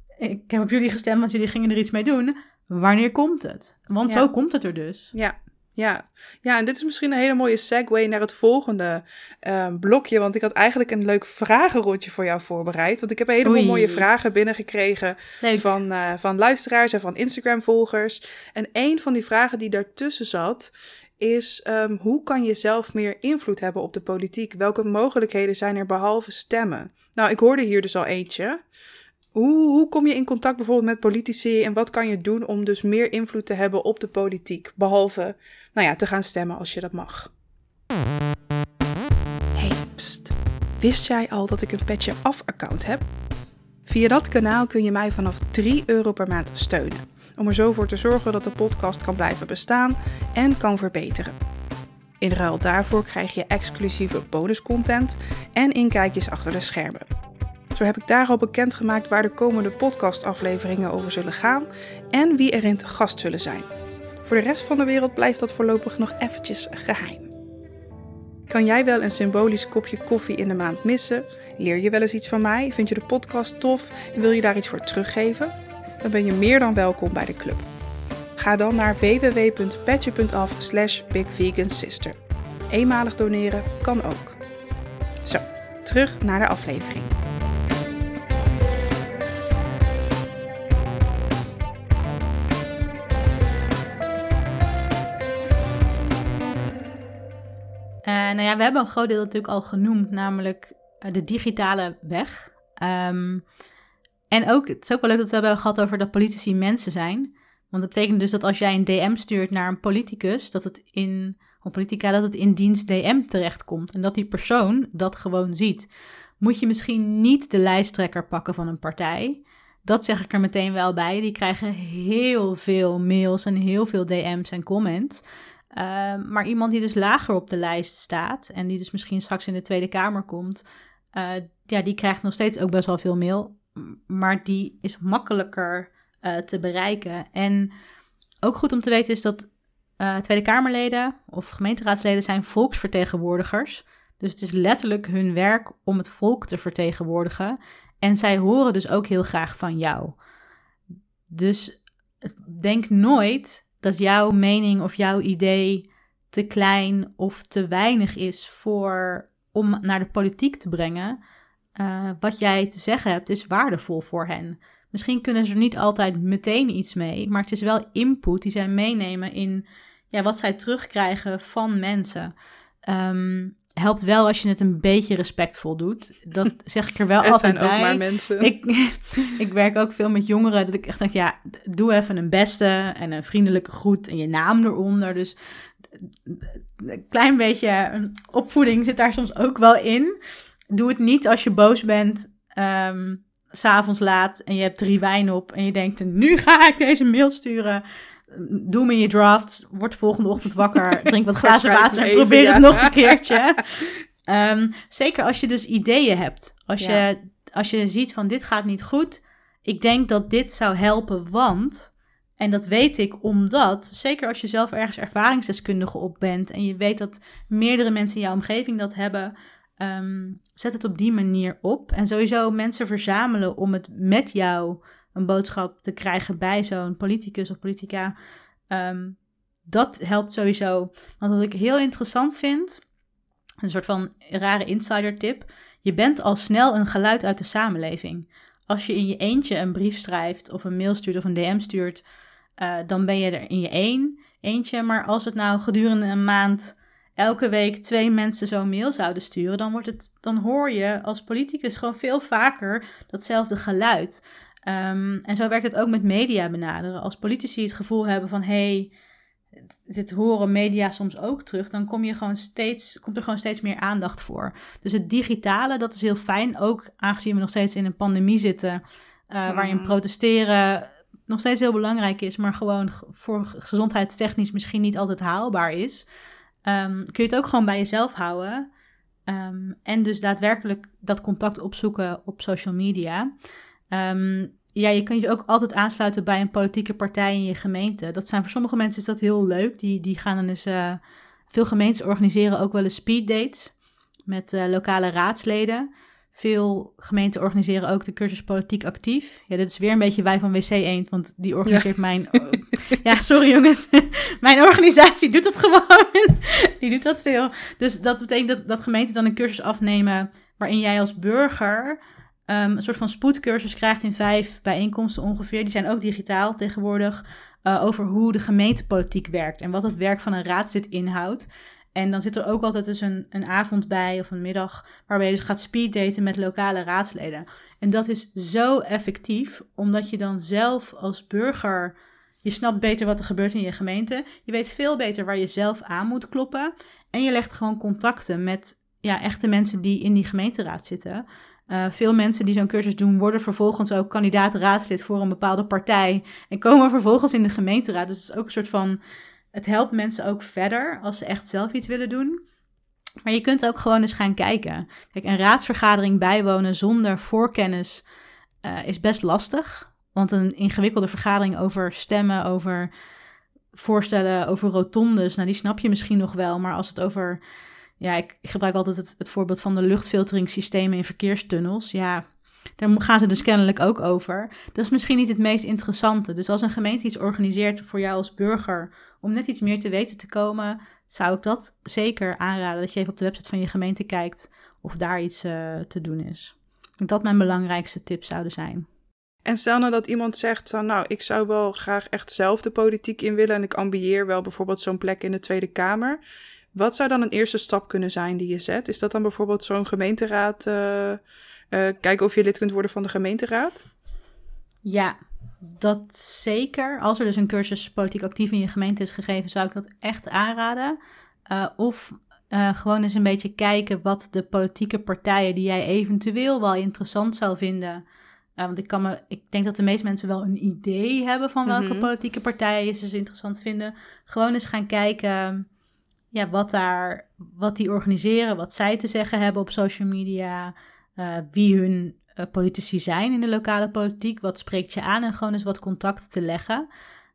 ik heb op jullie gestemd, want jullie gingen er iets mee doen. Wanneer komt het? Want ja. zo komt het er dus. Ja. Ja. ja, en dit is misschien een hele mooie segue naar het volgende uh, blokje. Want ik had eigenlijk een leuk vragenrondje voor jou voorbereid. Want ik heb een heleboel Oei. mooie vragen binnengekregen van, uh, van luisteraars en van Instagram-volgers. En een van die vragen die daartussen zat is, um, hoe kan je zelf meer invloed hebben op de politiek? Welke mogelijkheden zijn er behalve stemmen? Nou, ik hoorde hier dus al eentje. Hoe, hoe kom je in contact bijvoorbeeld met politici en wat kan je doen om dus meer invloed te hebben op de politiek? Behalve, nou ja, te gaan stemmen als je dat mag. Hey, pst. Wist jij al dat ik een Petje Af account heb? Via dat kanaal kun je mij vanaf drie euro per maand steunen. Om er zo voor te zorgen dat de podcast kan blijven bestaan en kan verbeteren. In ruil daarvoor krijg je exclusieve bonuscontent en inkijkjes achter de schermen. Zo heb ik daar al bekendgemaakt waar de komende podcastafleveringen over zullen gaan en wie erin te gast zullen zijn. Voor de rest van de wereld blijft dat voorlopig nog eventjes geheim. Kan jij wel een symbolisch kopje koffie in de maand missen? Leer je wel eens iets van mij? Vind je de podcast tof en wil je daar iets voor teruggeven? Dan ben je meer dan welkom bij de club. Ga dan naar www.petje.af slash bigvegansister. Eenmalig doneren kan ook. Zo, terug naar de aflevering. Uh, nou ja, we hebben een groot deel natuurlijk al genoemd, namelijk uh, de digitale weg. Um, en ook, het is ook wel leuk dat we hebben gehad over dat politici mensen zijn. Want dat betekent dus dat als jij een D M stuurt naar een politicus, dat het in, of politica, dat het in diens D M terechtkomt. En dat die persoon dat gewoon ziet. Moet je misschien niet de lijsttrekker pakken van een partij. Dat zeg ik er meteen wel bij. Die krijgen heel veel mails en heel veel D M's en comments. Uh, maar iemand die dus lager op de lijst staat en die dus misschien straks in de Tweede Kamer komt, uh, ja, die krijgt nog steeds ook best wel veel mail. maar die is makkelijker uh, te bereiken. En ook goed om te weten is dat uh, Tweede Kamerleden of gemeenteraadsleden zijn volksvertegenwoordigers. Dus het is letterlijk hun werk om het volk te vertegenwoordigen. En zij horen dus ook heel graag van jou. Dus denk nooit dat jouw mening of jouw idee te klein of te weinig is voor, om naar de politiek te brengen. Uh, wat jij te zeggen hebt is waardevol voor hen. Misschien kunnen ze er niet altijd meteen iets mee, maar het is wel input die zij meenemen in ja, wat zij terugkrijgen van mensen. Um, helpt wel als je het een beetje respectvol doet. Dat zeg ik er wel het altijd zijn bij. ook maar mensen. Ik, ik werk ook veel met jongeren, dat ik echt denk, ja, doe even een beste en een vriendelijke groet en je naam eronder. Dus een klein beetje opvoeding zit daar soms ook wel in. Doe het niet als je boos bent, um, 's avonds laat en je hebt drie wijn op en je denkt, nu ga ik deze mail sturen. Doe me je drafts, word de volgende ochtend wakker, drink wat glazen water en probeer even, het ja. nog een keertje. Um, zeker als je dus ideeën hebt. Als, ja. je, als je ziet van dit gaat niet goed, ik denk dat dit zou helpen, want... En dat weet ik omdat, zeker als je zelf ergens ervaringsdeskundige op bent en je weet dat meerdere mensen in jouw omgeving dat hebben, um, zet het op die manier op. En sowieso mensen verzamelen om het met jou een boodschap te krijgen bij zo'n politicus of politica. Um, dat helpt sowieso. Want wat ik heel interessant vind, een soort van rare insider tip, je bent al snel een geluid uit de samenleving. Als je in je eentje een brief schrijft of een mail stuurt of een D M stuurt, uh, dan ben je er in je één, eentje. Maar als het nou gedurende een maand elke week twee mensen zo'n mail zouden sturen, dan, wordt het, dan hoor je als politicus gewoon veel vaker datzelfde geluid. Um, en zo werkt het ook met media benaderen. Als politici het gevoel hebben van, hé, hey, dit horen media soms ook terug, dan kom je gewoon steeds, komt er gewoon steeds meer aandacht voor. Dus het digitale, dat is heel fijn, ook aangezien we nog steeds in een pandemie zitten, uh, mm. waarin protesteren nog steeds heel belangrijk is, maar gewoon voor gezondheidstechnisch misschien niet altijd haalbaar is. Um, kun je het ook gewoon bij jezelf houden. Um, en dus daadwerkelijk dat contact opzoeken op social media. Um, ja, je kunt je ook altijd aansluiten bij een politieke partij in je gemeente. Dat zijn voor sommige mensen is dat heel leuk. Die, die gaan dan eens... Uh, veel gemeentes organiseren ook wel eens speeddates met uh, lokale raadsleden. Veel gemeenten organiseren ook de cursus Politiek Actief. Ja, dit is weer een beetje wij van W C Eend, want die organiseert ja. mijn... Oh, ja, sorry jongens. Mijn organisatie doet dat gewoon. Die doet dat veel. Dus dat betekent dat, dat gemeenten dan een cursus afnemen waarin jij als burger um, een soort van spoedcursus krijgt in vijf bijeenkomsten ongeveer. Die zijn ook digitaal tegenwoordig. Uh, over hoe de gemeentepolitiek werkt en wat het werk van een raadslid inhoudt. En dan zit er ook altijd dus een, een avond bij of een middag waarbij je dus gaat speeddaten met lokale raadsleden. En dat is zo effectief, omdat je dan zelf als burger, je snapt beter wat er gebeurt in je gemeente. Je weet veel beter waar je zelf aan moet kloppen. En je legt gewoon contacten met ja, echte mensen die in die gemeenteraad zitten. Uh, veel mensen die zo'n cursus doen, worden vervolgens ook kandidaat raadslid voor een bepaalde partij. En komen vervolgens in de gemeenteraad. Dus het is ook een soort van... Het helpt mensen ook verder als ze echt zelf iets willen doen. Maar je kunt ook gewoon eens gaan kijken. Kijk, een raadsvergadering bijwonen zonder voorkennis uh, is best lastig. Want een ingewikkelde vergadering over stemmen, over voorstellen, over rotondes, nou die snap je misschien nog wel. Maar als het over... Ja, ik, ik gebruik altijd het, het voorbeeld van de luchtfilteringssystemen in verkeerstunnels. Ja, daar gaan ze dus kennelijk ook over. Dat is misschien niet het meest interessante. Dus als een gemeente iets organiseert voor jou als burger om net iets meer te weten te komen, zou ik dat zeker aanraden. Dat je even op de website van je gemeente kijkt of daar iets uh, te doen is. Ik denk dat mijn belangrijkste tips zouden zijn. En stel nou dat iemand zegt, nou, ik zou wel graag echt zelf de politiek in willen en ik ambieer wel bijvoorbeeld zo'n plek in de Tweede Kamer. Wat zou dan een eerste stap kunnen zijn die je zet? Is dat dan bijvoorbeeld zo'n gemeenteraad, uh, uh, kijken of je lid kunt worden van de gemeenteraad? Ja, dat zeker. Als er dus een cursus Politiek Actief in je gemeente is gegeven, zou ik dat echt aanraden. Uh, of uh, gewoon eens een beetje kijken wat de politieke partijen die jij eventueel wel interessant zou vinden. Uh, want ik, kan me, ik denk dat de meeste mensen wel een idee hebben van welke mm-hmm. politieke partijen ze interessant vinden. Gewoon eens gaan kijken... Ja, wat, daar, wat die organiseren, wat zij te zeggen hebben op social media, uh, wie hun uh, politici zijn in de lokale politiek. Wat spreekt je aan en gewoon eens wat contact te leggen.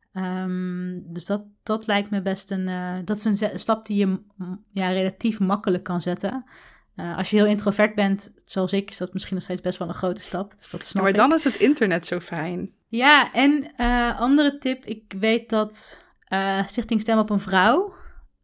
Um, dus dat, dat lijkt me best een... Uh, dat is een stap die je m- ja, relatief makkelijk kan zetten. Uh, als je heel introvert bent, zoals ik, is dat misschien nog steeds best wel een grote stap. Dus dat snap ja, maar ik. dan is het internet zo fijn. Ja, en uh, andere tip. Ik weet dat uh, Stichting Stem op een Vrouw...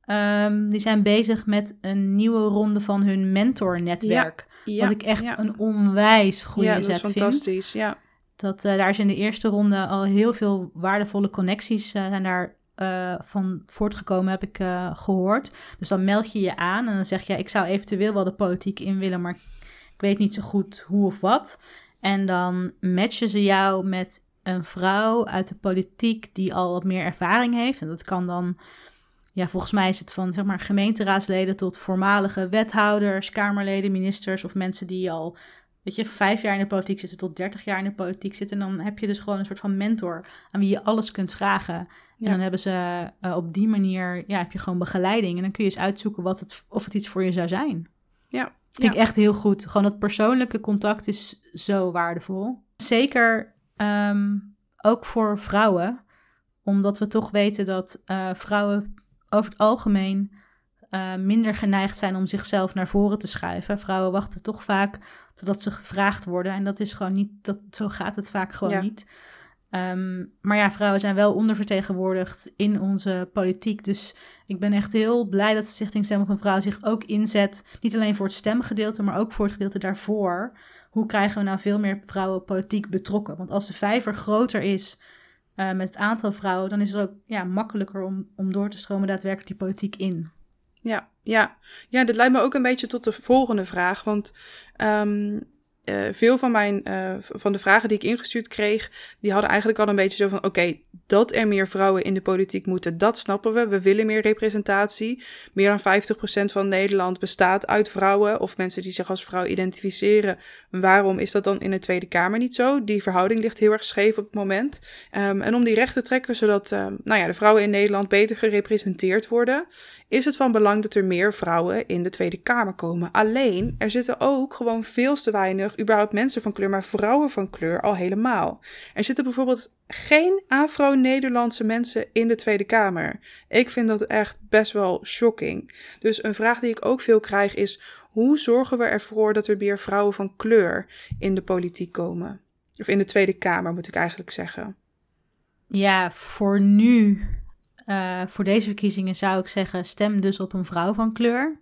Um, die zijn bezig met een nieuwe ronde van hun mentornetwerk. Ja, ja, wat ik echt ja. een onwijs goede ja, zet vind. Ja, dat is fantastisch, ja. Dat, uh, daar is in de eerste ronde al heel veel waardevolle connecties uh, zijn daar uh, van voortgekomen, heb ik uh, gehoord. Dus dan meld je je aan en dan zeg je, ja, ik zou eventueel wel de politiek in willen, maar ik weet niet zo goed hoe of wat. En dan matchen ze jou met een vrouw uit de politiek die al wat meer ervaring heeft. En dat kan dan... Ja, volgens mij is het van zeg maar gemeenteraadsleden tot voormalige wethouders, kamerleden, ministers of mensen die al, weet je, vijf jaar in de politiek zitten tot dertig jaar in de politiek zitten. En dan heb je dus gewoon een soort van mentor aan wie je alles kunt vragen. En ja. dan hebben ze uh, op die manier, ja, heb je gewoon begeleiding. En dan kun je eens uitzoeken wat het, of het iets voor je zou zijn. Ja. Vind ja. ik echt heel goed. Gewoon dat persoonlijke contact is zo waardevol. Zeker um, ook voor vrouwen, omdat we toch weten dat uh, vrouwen over het algemeen uh, minder geneigd zijn om zichzelf naar voren te schuiven. Vrouwen wachten toch vaak totdat ze gevraagd worden. En dat is gewoon niet, dat, zo gaat het vaak gewoon ja. niet. Um, maar ja, vrouwen zijn wel ondervertegenwoordigd in onze politiek. Dus ik ben echt heel blij dat de Stichting Stem op een Vrouw zich ook inzet. Niet alleen voor het stemgedeelte, maar ook voor het gedeelte daarvoor. Hoe krijgen we nou veel meer vrouwen politiek betrokken? Want als de vijver groter is... Uh, met het aantal vrouwen, dan is het ook ja, makkelijker om, om door te stromen daadwerkelijk die politiek in. Ja, ja. ja, dit leidt me ook een beetje tot de volgende vraag. Want um, uh, veel van, mijn, uh, van de vragen die ik ingestuurd kreeg, die hadden eigenlijk al een beetje zo van, oké, okay, dat er meer vrouwen in de politiek moeten, dat snappen we. We willen meer representatie. Meer dan vijftig procent van Nederland bestaat uit vrouwen of mensen die zich als vrouw identificeren. Waarom is dat dan in de Tweede Kamer niet zo? Die verhouding ligt heel erg scheef op het moment. Um, en om die recht te trekken, zodat um, nou ja, de vrouwen in Nederland beter gerepresenteerd worden, is het van belang dat er meer vrouwen in de Tweede Kamer komen. Alleen, er zitten ook gewoon veel te weinig, überhaupt mensen van kleur, maar vrouwen van kleur al helemaal. Er zitten bijvoorbeeld geen Afro-Nederlandse mensen in de Tweede Kamer. Ik vind dat echt best wel shocking. Dus een vraag die ik ook veel krijg is, hoe zorgen we ervoor dat er meer vrouwen van kleur in de politiek komen? Of in de Tweede Kamer, moet ik eigenlijk zeggen. Ja, voor nu, uh, voor deze verkiezingen zou ik zeggen, stem dus op een vrouw van kleur.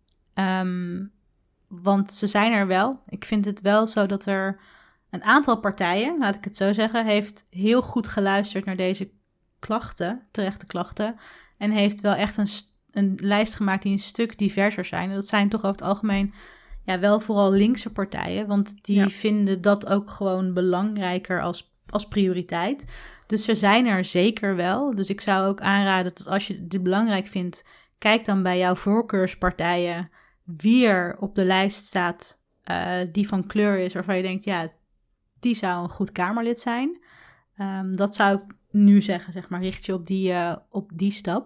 Um, want ze zijn er wel. Ik vind het wel zo dat er een aantal partijen, laat ik het zo zeggen, heeft heel goed geluisterd naar deze klachten, terechte klachten. En heeft wel echt een, een lijst gemaakt die een stuk diverser zijn. En dat zijn toch over het algemeen ja, wel vooral linkse partijen. Want die ja. vinden dat ook gewoon belangrijker als, als prioriteit. Dus ze zijn er zeker wel. Dus ik zou ook aanraden dat als je dit belangrijk vindt, kijk dan bij jouw voorkeurspartijen wie er op de lijst staat uh, die van kleur is, waarvan je denkt, ja, die zou een goed Kamerlid zijn. Um, dat zou ik nu zeggen, zeg maar, richt je op die, uh, op die stap.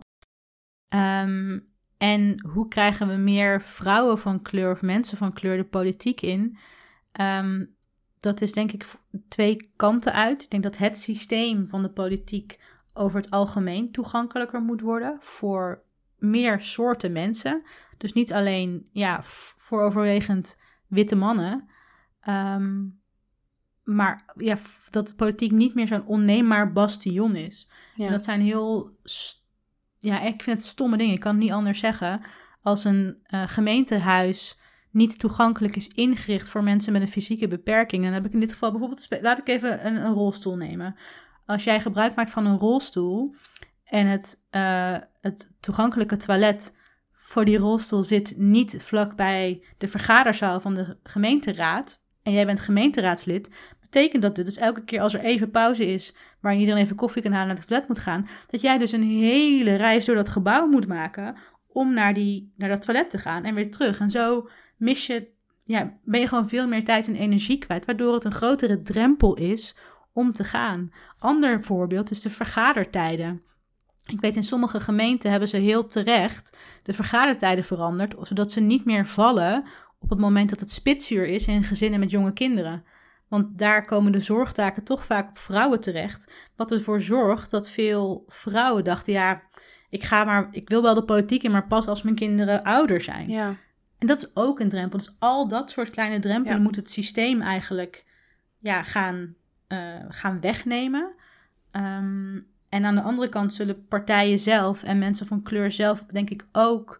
Um, en hoe krijgen we meer vrouwen van kleur of mensen van kleur de politiek in? Um, dat is denk ik twee kanten uit. Ik denk dat het systeem van de politiek over het algemeen toegankelijker moet worden voor meer soorten mensen. Dus niet alleen ja, voor overwegend witte mannen. Um, maar ja, dat de politiek niet meer zo'n onneembaar bastion is. Ja. En dat zijn heel, ja, ik vind het stomme dingen. Ik kan het niet anders zeggen. Als een uh, gemeentehuis niet toegankelijk is ingericht voor mensen met een fysieke beperking, dan heb ik in dit geval bijvoorbeeld, laat ik even een, een rolstoel nemen. Als jij gebruik maakt van een rolstoel en het, uh, het toegankelijke toilet voor die rolstoel zit niet vlakbij de vergaderzaal van de gemeenteraad en jij bent gemeenteraadslid, betekent dat dus elke keer als er even pauze is, waar iedereen even koffie kan halen en naar het toilet moet gaan, dat jij dus een hele reis door dat gebouw moet maken om naar, die, naar dat toilet te gaan en weer terug. En zo mis je, ja, ben je gewoon veel meer tijd en energie kwijt, waardoor het een grotere drempel is om te gaan. Ander voorbeeld is de vergadertijden. Ik weet, in sommige gemeenten hebben ze heel terecht de vergadertijden veranderd, zodat ze niet meer vallen op het moment dat het spitsuur is in gezinnen met jonge kinderen. Want daar komen de zorgtaken toch vaak op vrouwen terecht. Wat ervoor zorgt dat veel vrouwen dachten, ja, ik ga maar, ik wil wel de politiek in, maar pas als mijn kinderen ouder zijn. Ja. En dat is ook een drempel. Dus al dat soort kleine drempelen Ja. moet het systeem eigenlijk ja, gaan, uh, gaan wegnemen. Um, en aan de andere kant zullen partijen zelf en mensen van kleur zelf, denk ik, ook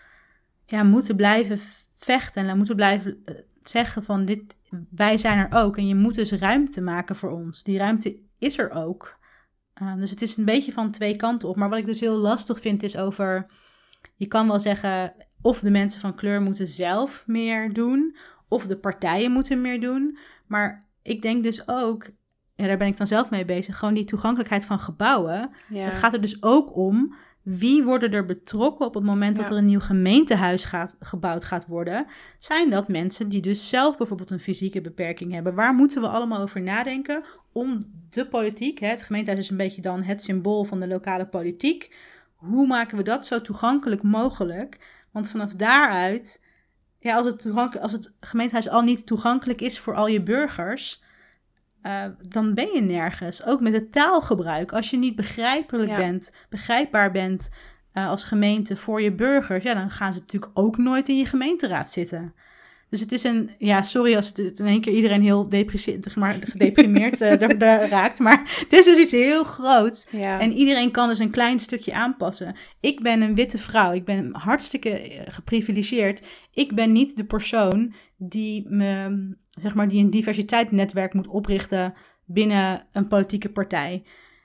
ja, moeten blijven vechten en moeten blijven uh, zeggen van dit, wij zijn er ook. En je moet dus ruimte maken voor ons. Die ruimte is er ook. Uh, dus het is een beetje van twee kanten op. Maar wat ik dus heel lastig vind is over, je kan wel zeggen, of de mensen van kleur moeten zelf meer doen, of de partijen moeten meer doen. Maar ik denk dus ook, en daar ben ik dan zelf mee bezig, gewoon die toegankelijkheid van gebouwen. Ja. Het gaat er dus ook om, wie worden er betrokken op het moment dat ja. er een nieuw gemeentehuis gaat, gebouwd gaat worden? Zijn dat mensen die dus zelf bijvoorbeeld een fysieke beperking hebben? Waar moeten we allemaal over nadenken om de politiek, hè, het gemeentehuis is een beetje dan het symbool van de lokale politiek. Hoe maken we dat zo toegankelijk mogelijk? Want vanaf daaruit, ja, als het, toegankelijk, als het gemeentehuis al niet toegankelijk is voor al je burgers, uh, dan ben je nergens. Ook met het taalgebruik. Als je niet begrijpelijk ja. bent, begrijpbaar bent uh, als gemeente voor je burgers, ja, dan gaan ze natuurlijk ook nooit in je gemeenteraad zitten. Dus het is een, ja, sorry als het in één keer iedereen heel depressie- maar gedeprimeerd uh, daar, daar raakt. Maar het is dus iets heel groots. Ja. En iedereen kan dus een klein stukje aanpassen. Ik ben een witte vrouw. Ik ben hartstikke geprivilegeerd. Ik ben niet de persoon die, me, zeg maar, die een diversiteitsnetwerk moet oprichten binnen een politieke partij.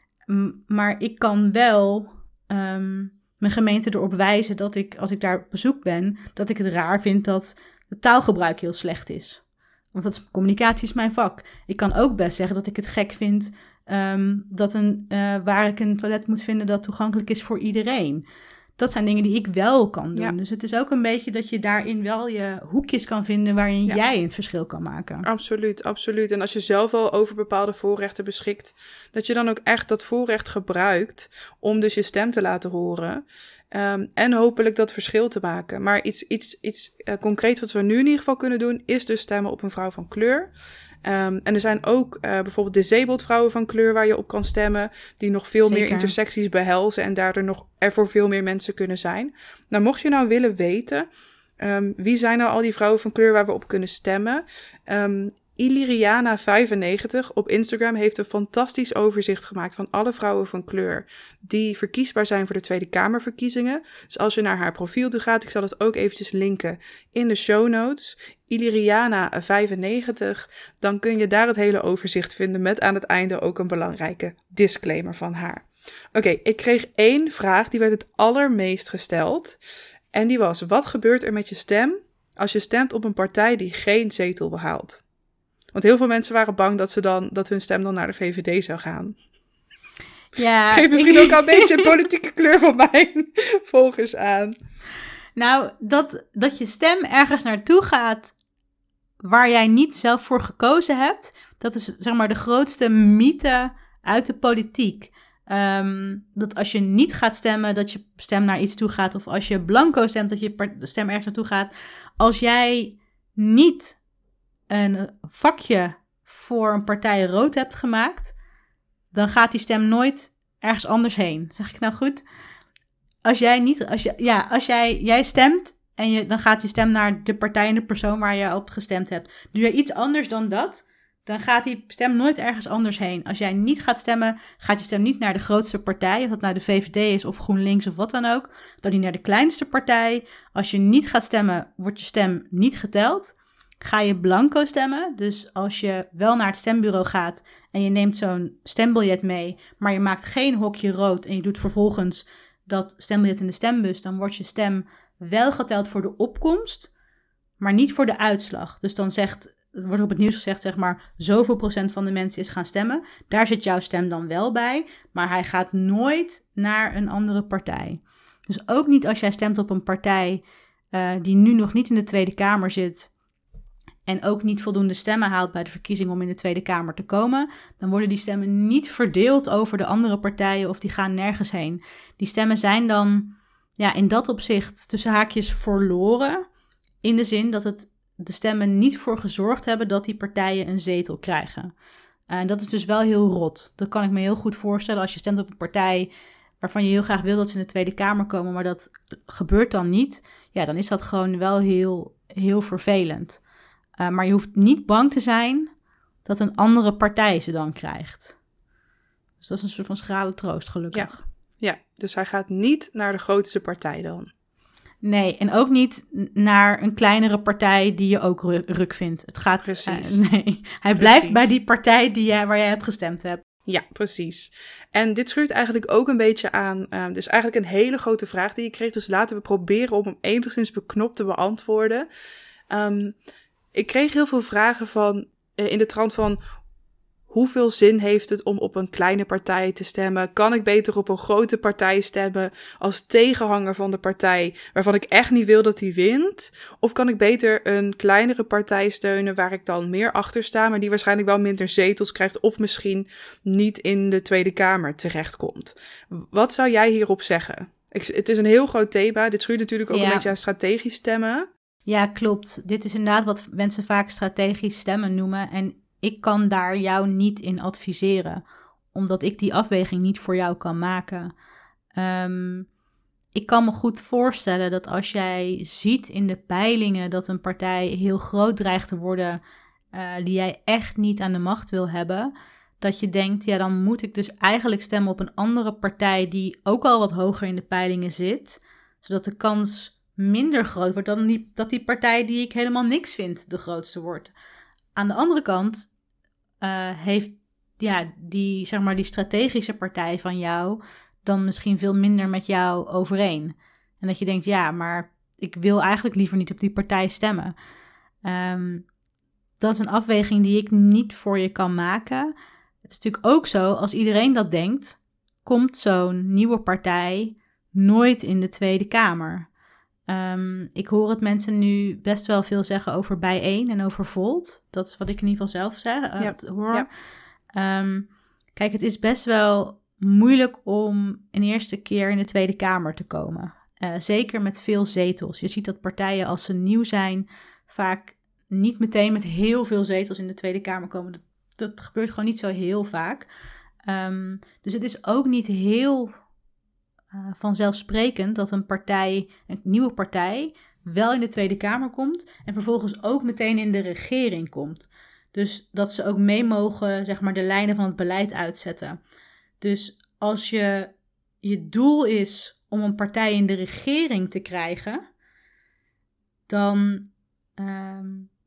M- maar ik kan wel um, mijn gemeente erop wijzen dat ik, als ik daar op bezoek ben, dat ik het raar vind dat het taalgebruik heel slecht is. Want dat is, communicatie is mijn vak. Ik kan ook best zeggen dat ik het gek vind um, dat een, uh, waar ik een toilet moet vinden dat toegankelijk is voor iedereen. Dat zijn dingen die ik wel kan doen. Ja. Dus het is ook een beetje dat je daarin wel je hoekjes kan vinden waarin ja. jij het verschil kan maken. Absoluut, absoluut. En als je zelf al over bepaalde voorrechten beschikt, dat je dan ook echt dat voorrecht gebruikt om dus je stem te laten horen. Um, en hopelijk dat verschil te maken. Maar iets, iets, iets uh, concreet wat we nu in ieder geval kunnen doen, is dus stemmen op een vrouw van kleur. Um, en er zijn ook uh, bijvoorbeeld disabled vrouwen van kleur waar je op kan stemmen, die nog veel Zeker. meer intersecties behelzen en daardoor nog er voor veel meer mensen kunnen zijn. Nou, mocht je nou willen weten, um, wie zijn nou al die vrouwen van kleur waar we op kunnen stemmen? Um, Iliriana vijfennegentig op Instagram heeft een fantastisch overzicht gemaakt van alle vrouwen van kleur die verkiesbaar zijn voor de Tweede Kamerverkiezingen. Dus als je naar haar profiel toe gaat, ik zal het ook eventjes linken in de show notes, Iliriana vijfennegentig, dan kun je daar het hele overzicht vinden met aan het einde ook een belangrijke disclaimer van haar. Oké, okay, ik kreeg één vraag, die werd het allermeest gesteld. En die was, wat gebeurt er met je stem als je stemt op een partij die geen zetel behaalt? Want heel veel mensen waren bang dat, ze dan, dat hun stem dan naar de V V D zou gaan. Ja, geef misschien ik... ook al een beetje een politieke kleur van mijn volgers aan. Nou, dat, dat je stem ergens naartoe gaat waar jij niet zelf voor gekozen hebt, dat is zeg maar de grootste mythe uit de politiek. Um, dat als je niet gaat stemmen, dat je stem naar iets toe gaat. Of als je blanco stemt, dat je stem ergens naartoe gaat. Als jij niet een vakje voor een partij rood hebt gemaakt, dan gaat die stem nooit ergens anders heen. Zeg ik nou goed? Als jij niet, als je, ja, als jij, jij stemt en je, dan gaat je stem naar de partij en de persoon waar je op gestemd hebt. Doe je iets anders dan dat, dan gaat die stem nooit ergens anders heen. Als jij niet gaat stemmen, gaat je stem niet naar de grootste partij, of dat nou de V V D is of GroenLinks of wat dan ook. Dan niet naar de kleinste partij. Als je niet gaat stemmen, wordt je stem niet geteld. Ga je blanco stemmen, dus als je wel naar het stembureau gaat en je neemt zo'n stembiljet mee, maar je maakt geen hokje rood en je doet vervolgens dat stembiljet in de stembus, dan wordt je stem wel geteld voor de opkomst, maar niet voor de uitslag. Dus dan zegt, er wordt op het nieuws gezegd, zeg maar, zoveel procent van de mensen is gaan stemmen. Daar zit jouw stem dan wel bij, maar hij gaat nooit naar een andere partij. Dus ook niet als jij stemt op een partij uh, die nu nog niet in de Tweede Kamer zit en ook niet voldoende stemmen haalt bij de verkiezing om in de Tweede Kamer te komen, dan worden die stemmen niet verdeeld over de andere partijen of die gaan nergens heen. Die stemmen zijn dan ja, in dat opzicht tussen haakjes verloren, in de zin dat het de stemmen niet voor gezorgd hebben dat die partijen een zetel krijgen. En dat is dus wel heel rot. Dat kan ik me heel goed voorstellen als je stemt op een partij waarvan je heel graag wil dat ze in de Tweede Kamer komen, maar dat gebeurt dan niet. Ja, dan is dat gewoon wel heel, heel vervelend. Uh, maar je hoeft niet bang te zijn dat een andere partij ze dan krijgt. Dus dat is een soort van schrale troost, gelukkig. Ja, ja, dus hij gaat niet naar de grootste partij dan. Nee, en ook niet naar een kleinere partij die je ook ru- ruk vindt. Het gaat, Precies. Uh, nee, hij Precies. blijft bij die partij die jij, waar jij hebt gestemd hebt. Ja, precies. En dit schuurt eigenlijk ook een beetje aan. Uh, dus eigenlijk een hele grote vraag die je kreeg. Dus laten we proberen om hem enigszins beknopt te beantwoorden. Um, ik kreeg heel veel vragen van uh, in de trant van: hoeveel zin heeft het om op een kleine partij te stemmen? Kan ik beter op een grote partij stemmen als tegenhanger van de partij waarvan ik echt niet wil dat die wint? Of kan ik beter een kleinere partij steunen waar ik dan meer achter sta, maar die waarschijnlijk wel minder zetels krijgt of misschien niet in de Tweede Kamer terechtkomt? Wat zou jij hierop zeggen? Ik, het is een heel groot thema. Dit schuurt natuurlijk ook ja. een beetje aan strategisch stemmen. Ja, klopt. Dit is inderdaad wat mensen vaak strategisch stemmen noemen. En ik kan daar jou niet in adviseren, omdat ik die afweging niet voor jou kan maken. Um, ik kan me goed voorstellen dat als jij ziet in de peilingen dat een partij heel groot dreigt te worden, uh, die jij echt niet aan de macht wil hebben, dat je denkt, ja, dan moet ik dus eigenlijk stemmen op een andere partij die ook al wat hoger in de peilingen zit, zodat de kans minder groot wordt dan die, dat die partij die ik helemaal niks vind de grootste wordt. Aan de andere kant uh, heeft ja, die, zeg maar, die strategische partij van jou dan misschien veel minder met jou overeen. En dat je denkt, ja, maar ik wil eigenlijk liever niet op die partij stemmen. Um, dat is een afweging die ik niet voor je kan maken. Het is natuurlijk ook zo, als iedereen dat denkt, komt zo'n nieuwe partij nooit in de Tweede Kamer. Um, ik hoor het mensen nu best wel veel zeggen over bijeen en over Volt. Dat is wat ik in ieder geval zelf zeg, uh, ja. hoor. Ja. Um, kijk, het is best wel moeilijk om een eerste keer in de Tweede Kamer te komen. Uh, zeker met veel zetels. Je ziet dat partijen, als ze nieuw zijn, vaak niet meteen met heel veel zetels in de Tweede Kamer komen. Dat, dat gebeurt gewoon niet zo heel vaak. Um, dus het is ook niet heel Uh, vanzelfsprekend dat een partij, een nieuwe partij, wel in de Tweede Kamer komt en vervolgens ook meteen in de regering komt. Dus dat ze ook mee mogen, zeg maar, de lijnen van het beleid uitzetten. Dus als je, je doel is om een partij in de regering te krijgen, dan, uh,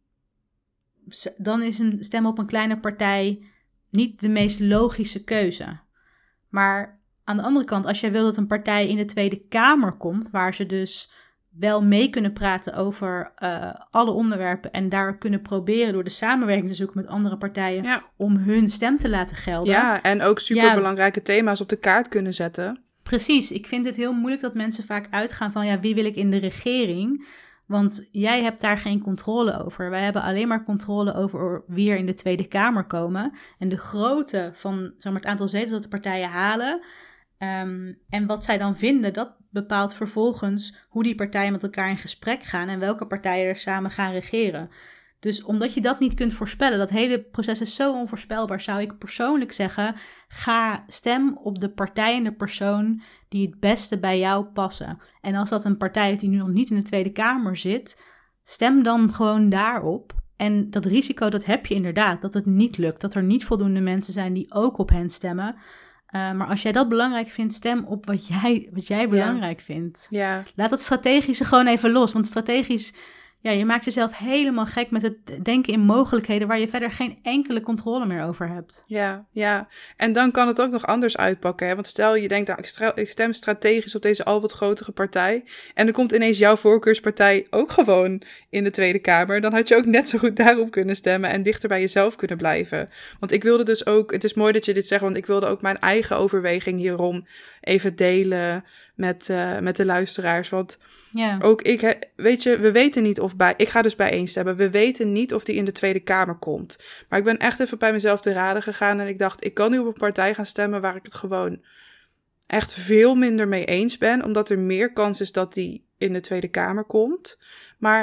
dan is een stem op een kleine partij niet de meest logische keuze. Maar aan de andere kant, als jij wil dat een partij in de Tweede Kamer komt, waar ze dus wel mee kunnen praten over uh, alle onderwerpen en daar kunnen proberen door de samenwerking te zoeken met andere partijen ja. om hun stem te laten gelden. Ja, en ook superbelangrijke ja, thema's op de kaart kunnen zetten. Precies, ik vind het heel moeilijk dat mensen vaak uitgaan van, ja, wie wil ik in de regering? Want jij hebt daar geen controle over. Wij hebben alleen maar controle over wie er in de Tweede Kamer komen. En de grootte van, zeg maar, het aantal zetels dat de partijen halen. Um, en wat zij dan vinden, dat bepaalt vervolgens hoe die partijen met elkaar in gesprek gaan en welke partijen er samen gaan regeren. Dus omdat je dat niet kunt voorspellen, dat hele proces is zo onvoorspelbaar, zou ik persoonlijk zeggen, ga stem op de partij en de persoon die het beste bij jou passen. En als dat een partij is die nu nog niet in de Tweede Kamer zit, stem dan gewoon daarop. En dat risico, dat heb je inderdaad, dat het niet lukt, dat er niet voldoende mensen zijn die ook op hen stemmen. Uh, maar als jij dat belangrijk vindt, stem op wat jij, wat jij belangrijk ja. vindt. Ja. Laat het strategische gewoon even los. Want strategisch, ja, je maakt jezelf helemaal gek met het denken in mogelijkheden waar je verder geen enkele controle meer over hebt. Ja, ja. En dan kan het ook nog anders uitpakken. Hè? Want stel je denkt, nou, ik, stra- ik stem strategisch op deze al wat grotere partij. En dan komt ineens jouw voorkeurspartij ook gewoon in de Tweede Kamer. Dan had je ook net zo goed daarop kunnen stemmen en dichter bij jezelf kunnen blijven. Want ik wilde dus ook, het is mooi dat je dit zegt, want ik wilde ook mijn eigen overweging hierom even delen met, uh, met de luisteraars. Want ja. ook ik, he, weet je, we weten niet of bij, ik ga dus bijeen stemmen. We weten niet of die in de Tweede Kamer komt. Maar ik ben echt even bij mezelf te raden gegaan en ik dacht, ik kan nu op een partij gaan stemmen waar ik het gewoon echt veel minder mee eens ben, omdat er meer kans is dat die in de Tweede Kamer komt. Maar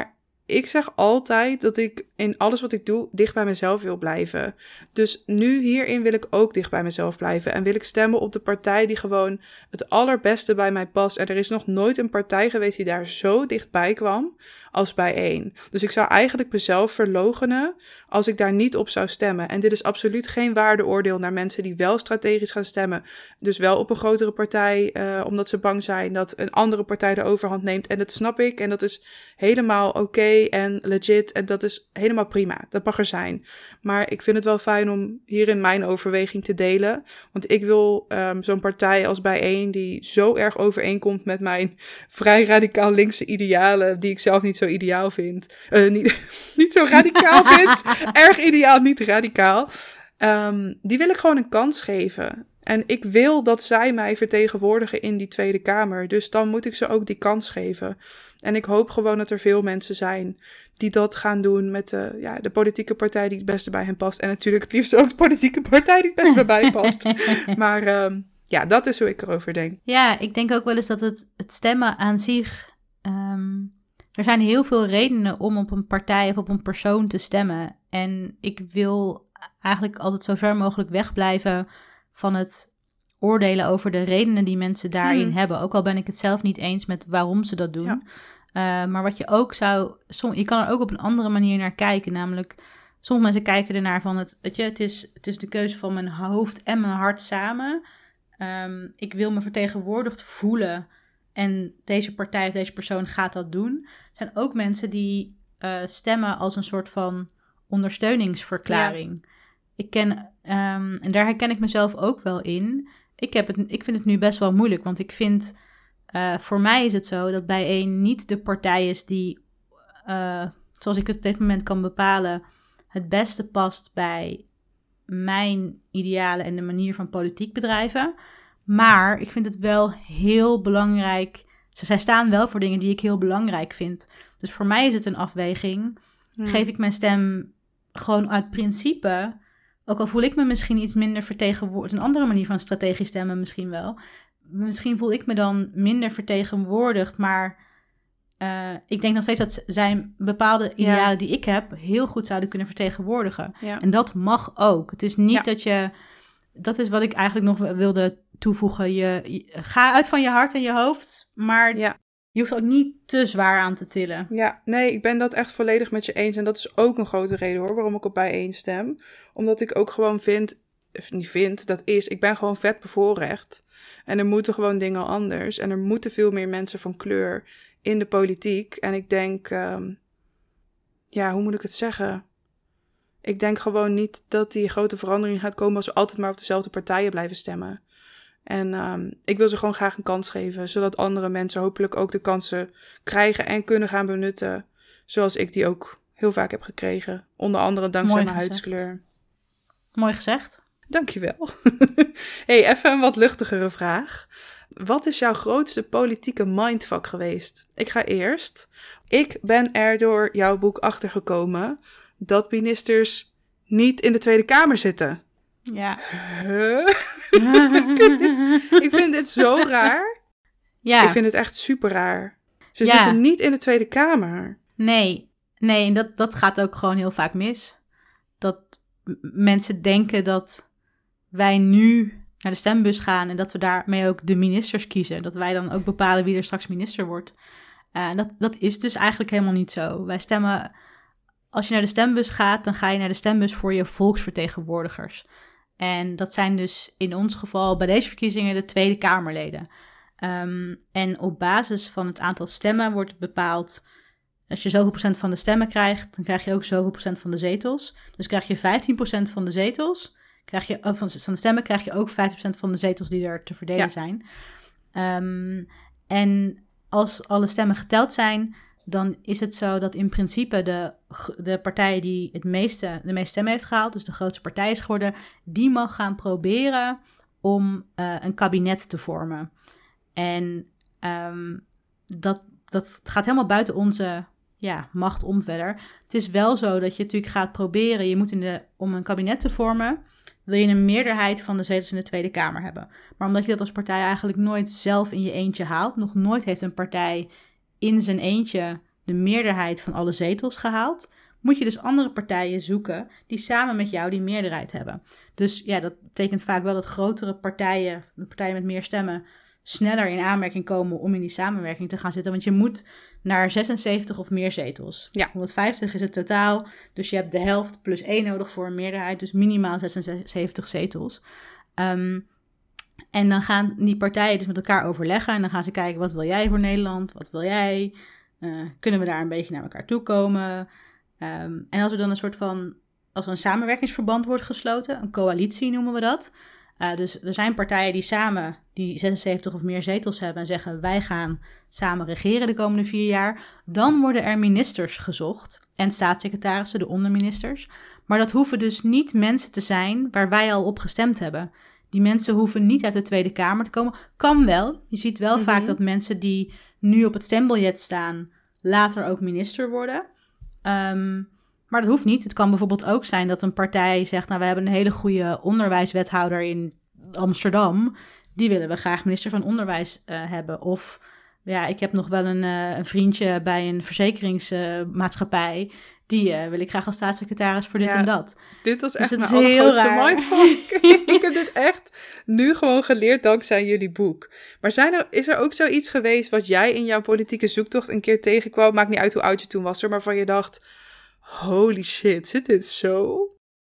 ik zeg altijd dat ik in alles wat ik doe dicht bij mezelf wil blijven. Dus nu hierin wil ik ook dicht bij mezelf blijven. En wil ik stemmen op de partij die gewoon het allerbeste bij mij past. En er is nog nooit een partij geweest die daar zo dichtbij kwam als bijeen. Dus ik zou eigenlijk mezelf verloochenen als ik daar niet op zou stemmen. En dit is absoluut geen waardeoordeel naar mensen die wel strategisch gaan stemmen. Dus wel op een grotere partij, uh, omdat ze bang zijn dat een andere partij de overhand neemt. En dat snap ik en dat is helemaal oké. Okay en legit en dat is helemaal prima. Dat mag er zijn. Maar ik vind het wel fijn om hierin mijn overweging te delen. Want ik wil um, zo'n partij als bijeen die zo erg overeenkomt met mijn vrij radicaal linkse idealen, die ik zelf niet zo ideaal vind. Uh, niet, niet zo radicaal vind. Erg ideaal, niet radicaal. Um, die wil ik gewoon een kans geven. En ik wil dat zij mij vertegenwoordigen in die Tweede Kamer. Dus dan moet ik ze ook die kans geven. En ik hoop gewoon dat er veel mensen zijn die dat gaan doen met de, ja, de politieke partij die het beste bij hen past. En natuurlijk het liefst ook de politieke partij die het beste bij mij past. Maar um, ja, dat is hoe ik erover denk. Ja, ik denk ook wel eens dat het, het stemmen aan zich... Um, er zijn heel veel redenen om op een partij of op een persoon te stemmen. En ik wil eigenlijk altijd zo ver mogelijk wegblijven van het oordelen over de redenen die mensen daarin hmm. hebben. Ook al ben ik het zelf niet eens met waarom ze dat doen. Ja. Uh, maar wat je ook zou... Som, je kan er ook op een andere manier naar kijken. Namelijk, sommige mensen kijken ernaar van... Het, weet je, het, is, het is de keuze van mijn hoofd en mijn hart samen. Um, ik wil me vertegenwoordigd voelen. En deze partij of deze persoon gaat dat doen. Er zijn ook mensen die uh, stemmen als een soort van ondersteuningsverklaring. Ja. Ik ken, um, en daar herken ik mezelf ook wel in. Ik, heb het, ik vind het nu best wel moeilijk, want ik vind... Uh, voor mij is het zo dat bijeen niet de partij is die, uh, zoals ik het op dit moment kan bepalen, het beste past bij mijn idealen en de manier van politiek bedrijven. Maar ik vind het wel heel belangrijk. Zij staan wel voor dingen die ik heel belangrijk vind. Dus voor mij is het een afweging. Hmm. Geef ik mijn stem gewoon uit principe, ook al voel ik me misschien iets minder vertegenwoordigd, een andere manier van strategisch stemmen misschien wel. Misschien voel ik me dan minder vertegenwoordigd, maar uh, ik denk nog steeds dat zijn bepaalde idealen ja. die ik heb heel goed zouden kunnen vertegenwoordigen. Ja. En dat mag ook. Het is niet ja. dat je, dat is wat ik eigenlijk nog wilde toevoegen. Je, je ga uit van je hart en je hoofd, maar ja. je hoeft ook niet te zwaar aan te tillen. Ja, nee, ik ben dat echt volledig met je eens. En dat is ook een grote reden hoor, waarom ik op bijeen stem. Omdat ik ook gewoon vind, of niet vind, dat is, ik ben gewoon vet bevoorrecht. En er moeten gewoon dingen anders. En er moeten veel meer mensen van kleur in de politiek. En ik denk, um, ja, hoe moet ik het zeggen? Ik denk gewoon niet dat die grote verandering gaat komen als we altijd maar op dezelfde partijen blijven stemmen. En um, ik wil ze gewoon graag een kans geven, zodat andere mensen hopelijk ook de kansen krijgen en kunnen gaan benutten. Zoals ik die ook heel vaak heb gekregen. Onder andere dankzij mijn huidskleur. Mooi gezegd. Dankjewel. Hey, even een wat luchtigere vraag. Wat is jouw grootste politieke mindfuck geweest? Ik ga eerst. Ik ben er door jouw boek achtergekomen dat ministers niet in de Tweede Kamer zitten. Ja. Huh? ik, vind dit, ik vind dit zo raar. Ja. Ik vind het echt super raar. Ze ja. zitten niet in de Tweede Kamer. Nee, nee, en dat, dat gaat ook gewoon heel vaak mis. Dat m- mensen denken dat wij nu naar de stembus gaan en dat we daarmee ook de ministers kiezen. Dat wij dan ook bepalen wie er straks minister wordt. Uh, dat, dat is dus eigenlijk helemaal niet zo. Wij stemmen, als je naar de stembus gaat, dan ga je naar de stembus voor je volksvertegenwoordigers. En dat zijn dus in ons geval bij deze verkiezingen de Tweede Kamerleden. Um, en op basis van het aantal stemmen wordt bepaald, als je zoveel procent van de stemmen krijgt, dan krijg je ook zoveel procent van de zetels. Dus krijg je vijftien procent van de zetels, krijg je, van de stemmen krijg je ook vijftien procent van de zetels die er te verdelen ja. zijn. Um, en als alle stemmen geteld zijn, dan is het zo dat in principe de, de partij die het meeste, de meeste stemmen heeft gehaald, dus de grootste partij is geworden, die mag gaan proberen om uh, een kabinet te vormen. En um, dat, dat gaat helemaal buiten onze ja, macht om verder. Het is wel zo dat je natuurlijk gaat proberen, je moet in de, om een kabinet te vormen, wil je een meerderheid van de zetels in de Tweede Kamer hebben. Maar omdat je dat als partij eigenlijk nooit zelf in je eentje haalt, nog nooit heeft een partij in zijn eentje de meerderheid van alle zetels gehaald, moet je dus andere partijen zoeken die samen met jou die meerderheid hebben. Dus ja, dat betekent vaak wel dat grotere partijen, de partijen met meer stemmen, sneller in aanmerking komen om in die samenwerking te gaan zitten. Want je moet naar zesenzeventig of meer zetels. Ja. honderdvijftig is het totaal. Dus je hebt de helft plus één nodig voor een meerderheid. Dus minimaal zesenzeventig zetels. Um, en dan gaan die partijen dus met elkaar overleggen. En dan gaan ze kijken, wat wil jij voor Nederland? Wat wil jij? Uh, kunnen we daar een beetje naar elkaar toe komen? Um, en als er dan een soort van, als er een samenwerkingsverband wordt gesloten, een coalitie noemen we dat. Uh, dus er zijn partijen die samen die zesenzeventig of meer zetels hebben en zeggen, wij gaan samen regeren de komende vier jaar. Dan worden er ministers gezocht en staatssecretarissen, de onderministers. Maar dat hoeven dus niet mensen te zijn waar wij al op gestemd hebben. Die mensen hoeven niet uit de Tweede Kamer te komen. Kan wel. Je ziet wel mm-hmm. vaak dat mensen die nu op het stembiljet staan, later ook minister worden. Um, maar dat hoeft niet. Het kan bijvoorbeeld ook zijn dat een partij zegt, nou, we hebben een hele goede onderwijswethouder in Amsterdam. Die willen we graag minister van Onderwijs uh, hebben. Of ja, ik heb nog wel een, uh, een vriendje bij een verzekeringsmaatschappij. Uh, die uh, wil ik graag als staatssecretaris voor dit ja, en dat. Dit was dus echt het mijn allergrootste raar. mindfuck. Ik heb dit echt nu gewoon geleerd dankzij jullie boek. Maar zijn er, is er ook zoiets geweest wat jij in jouw politieke zoektocht een keer tegenkwam? Maakt niet uit hoe oud je toen was, maar waarvan je dacht, holy shit, zit dit zo?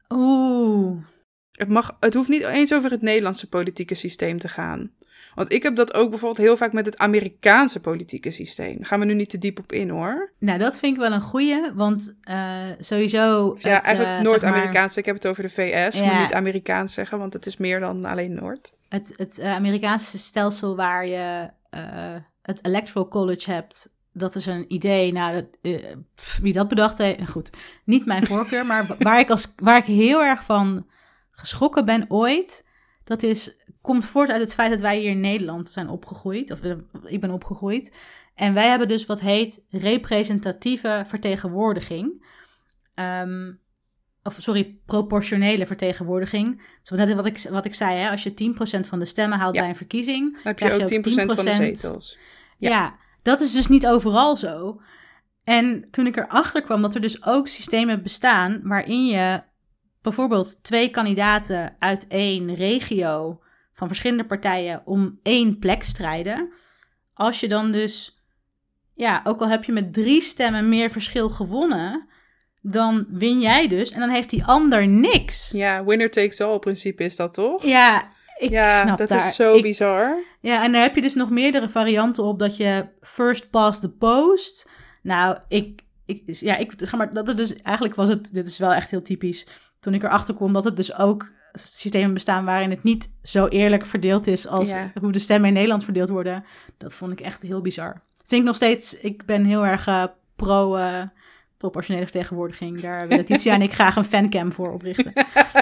Oeh. Het, mag, het hoeft niet eens over het Nederlandse politieke systeem te gaan. Want ik heb dat ook bijvoorbeeld heel vaak met het Amerikaanse politieke systeem. Daar gaan we nu niet te diep op in, hoor. Nou, dat vind ik wel een goeie, want uh, sowieso... Ja, het, eigenlijk uh, Noord-Amerikaanse. Zeg maar, ik heb het over de V S. Ik ja, moet niet Amerikaans zeggen, want het is meer dan alleen Noord. Het, het uh, Amerikaanse stelsel waar je uh, het Electoral College hebt, dat is een idee, nou, dat, uh, pff, wie dat bedacht heeft, goed, niet mijn voorkeur, maar waar ik, als, waar ik heel erg van geschrokken ben ooit, dat is, komt voort uit het feit dat wij hier in Nederland zijn opgegroeid, of uh, ik ben opgegroeid, en wij hebben dus wat heet representatieve vertegenwoordiging, um, of sorry, proportionele vertegenwoordiging. Dus net wat ik, wat ik zei, hè, als je tien procent van de stemmen haalt ja. bij een verkiezing, dan heb je ook, je ook tien procent, tien procent van de zetels. Ja. ja, dat is dus niet overal zo. En toen ik erachter kwam dat er dus ook systemen bestaan waarin je bijvoorbeeld twee kandidaten uit één regio van verschillende partijen om één plek strijden. Als je dan dus, ja, ook al heb je met drie stemmen meer verschil gewonnen, dan win jij dus en dan heeft die ander niks. Ja, winner takes all principe is dat toch? Ja, ik ja, snap dat daar. is zo ik, bizar. Ja, en daar heb je dus nog meerdere varianten op dat je first past the post. Nou, ik, ik ja, ik, zeg maar, dat er dus, eigenlijk was het, dit is wel echt heel typisch, toen ik erachter kwam dat het dus ook systemen bestaan waarin het niet zo eerlijk verdeeld is als ja. hoe de stemmen in Nederland verdeeld worden. Dat vond ik echt heel bizar. Vind ik nog steeds, ik ben heel erg uh, pro uh, proportionele vertegenwoordiging. Daar willen Titia en ik graag een fancam voor oprichten.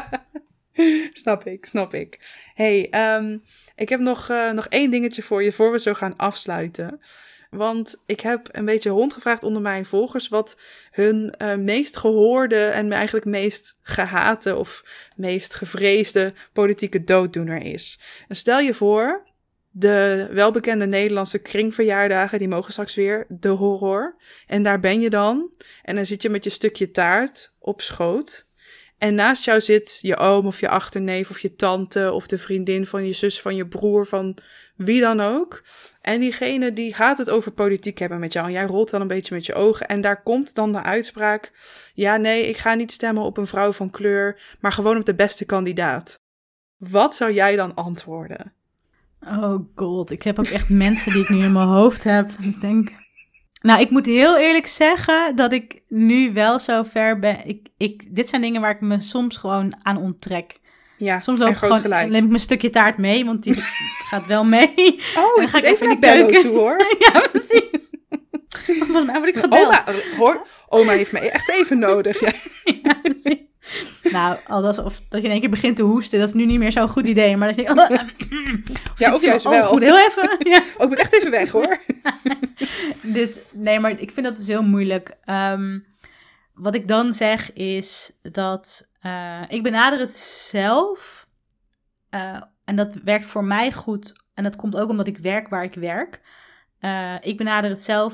Snap ik, snap ik. Hey, um, ik heb nog, uh, nog één dingetje voor je voor we zo gaan afsluiten. Want ik heb een beetje rondgevraagd onder mijn volgers wat hun uh, meest gehoorde en eigenlijk meest gehate of meest gevreesde politieke dooddoener is. En stel je voor, de welbekende Nederlandse kringverjaardagen, die mogen straks weer, de horror. En daar ben je dan. En dan zit je met je stukje taart op schoot. En naast jou zit je oom of je achterneef of je tante of de vriendin van je zus, van je broer, van wie dan ook. En diegene die gaat het over politiek hebben met jou. En jij rolt dan een beetje met je ogen. En daar komt dan de uitspraak, ja nee, ik ga niet stemmen op een vrouw van kleur, maar gewoon op de beste kandidaat. Wat zou jij dan antwoorden? Oh god, ik heb ook echt mensen die ik nu in mijn hoofd heb. Ik denk, nou, ik moet heel eerlijk zeggen dat ik nu wel zo ver ben. Ik, ik, dit zijn dingen waar ik me soms gewoon aan onttrek. Ja, soms loop ik gewoon, neem ik mijn stukje taart mee, want die gaat wel mee. Oh, dan ik ga ik even naar Bello toe, hoor. Ja, precies. Volgens mij word ik gebeld. Oma, hoor, oma heeft me echt even nodig. Ja, ja precies. Nou, al dat, of dat je in één keer begint te hoesten, dat is nu niet meer zo'n goed idee. Maar dat je denkt, oh, ja, of juist oh, wel. Ik moet heel even. Ja. Oh, ik moet echt even weg, hoor. Dus, nee, maar ik vind dat dus heel moeilijk. Um, wat ik dan zeg is dat uh, ik benader het zelf. Uh, en dat werkt voor mij goed. En dat komt ook omdat ik werk waar ik werk. Uh, ik benader het zelf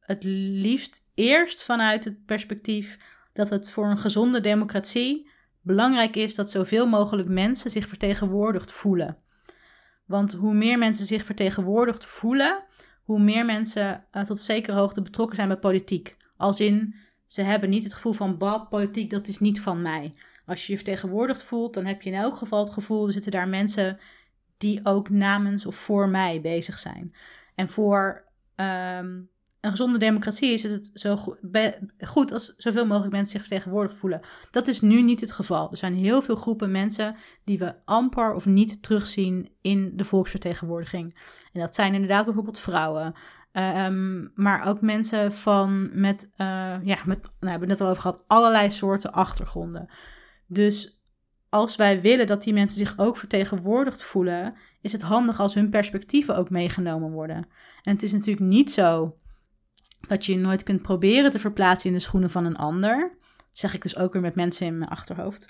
het liefst eerst vanuit het perspectief dat het voor een gezonde democratie belangrijk is dat zoveel mogelijk mensen zich vertegenwoordigd voelen. Want hoe meer mensen zich vertegenwoordigd voelen, hoe meer mensen uh, tot zekere hoogte betrokken zijn bij politiek. Als in, ze hebben niet het gevoel van, bah, politiek, dat is niet van mij. Als je je vertegenwoordigd voelt, dan heb je in elk geval het gevoel, er zitten daar mensen die ook namens of voor mij bezig zijn. En voor um, een gezonde democratie is het zo goed, be, goed als zoveel mogelijk mensen zich vertegenwoordigd voelen. Dat is nu niet het geval. Er zijn heel veel groepen mensen die we amper of niet terugzien in de volksvertegenwoordiging. En dat zijn inderdaad bijvoorbeeld vrouwen. Um, maar ook mensen van met, uh, ja, met, nou, we hebben het net al over gehad, allerlei soorten achtergronden. Dus als wij willen dat die mensen zich ook vertegenwoordigd voelen, is het handig als hun perspectieven ook meegenomen worden. En het is natuurlijk niet zo dat je nooit kunt proberen te verplaatsen in de schoenen van een ander. Dat zeg ik dus ook weer met mensen in mijn achterhoofd.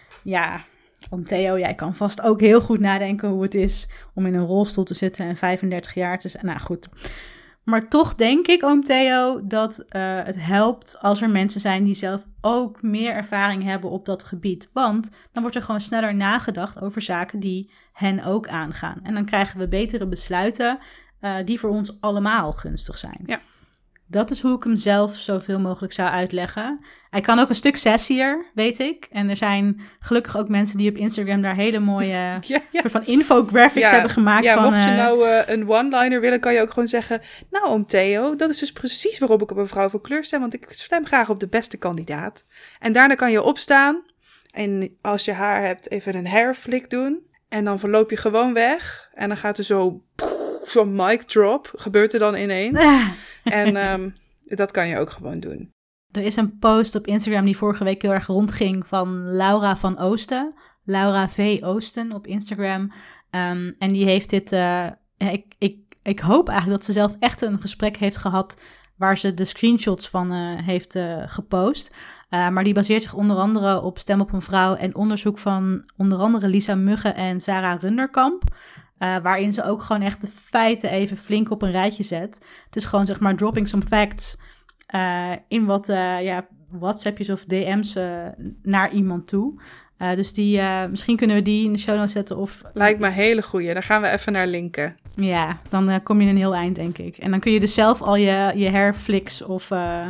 Ja, oom Theo, jij kan vast ook heel goed nadenken hoe het is om in een rolstoel te zitten en vijfendertig jaar te zijn. Nou goed. Maar toch denk ik, oom Theo, dat uh, het helpt als er mensen zijn die zelf ook meer ervaring hebben op dat gebied. Want dan wordt er gewoon sneller nagedacht over zaken die hen ook aangaan. En dan krijgen we betere besluiten uh, die voor ons allemaal gunstig zijn. Ja. Dat is hoe ik hem zelf zoveel mogelijk zou uitleggen. Hij kan ook een stuk sassier, weet ik. En er zijn gelukkig ook mensen die op Instagram daar hele mooie ja, ja. soort van infographics ja, hebben gemaakt. Ja, van, mocht je nou uh, een one-liner willen, kan je ook gewoon zeggen, nou oom Theo, dat is dus precies waarom ik op een vrouw van kleur stem, want ik stem graag op de beste kandidaat. En daarna kan je opstaan en als je haar hebt even een hairflick doen en dan verloop je gewoon weg en dan gaat er zo zo'n mic drop, gebeurt er dan ineens. En um, dat kan je ook gewoon doen. Er is een post op Instagram die vorige week heel erg rondging van Laura van Oosten. Laura V. Oosten op Instagram. Um, en die heeft dit... Uh, ja, ik, ik, ik hoop eigenlijk dat ze zelf echt een gesprek heeft gehad waar ze de screenshots van uh, heeft uh, gepost. Uh, maar die baseert zich onder andere op Stem op een Vrouw en onderzoek van onder andere Lisa Mugge en Sarah Runderkamp. Uh, waarin ze ook gewoon echt de feiten even flink op een rijtje zet. Het is gewoon zeg maar dropping some facts uh, in wat uh, ja, WhatsAppjes of D M's uh, naar iemand toe. Uh, dus die, uh, misschien kunnen we die in de show notes zetten. Of... Lijkt me een hele goeie. Daar gaan we even naar linken. Ja, dan uh, kom je een heel eind, denk ik. En dan kun je dus zelf al je, je hairflicks of uh,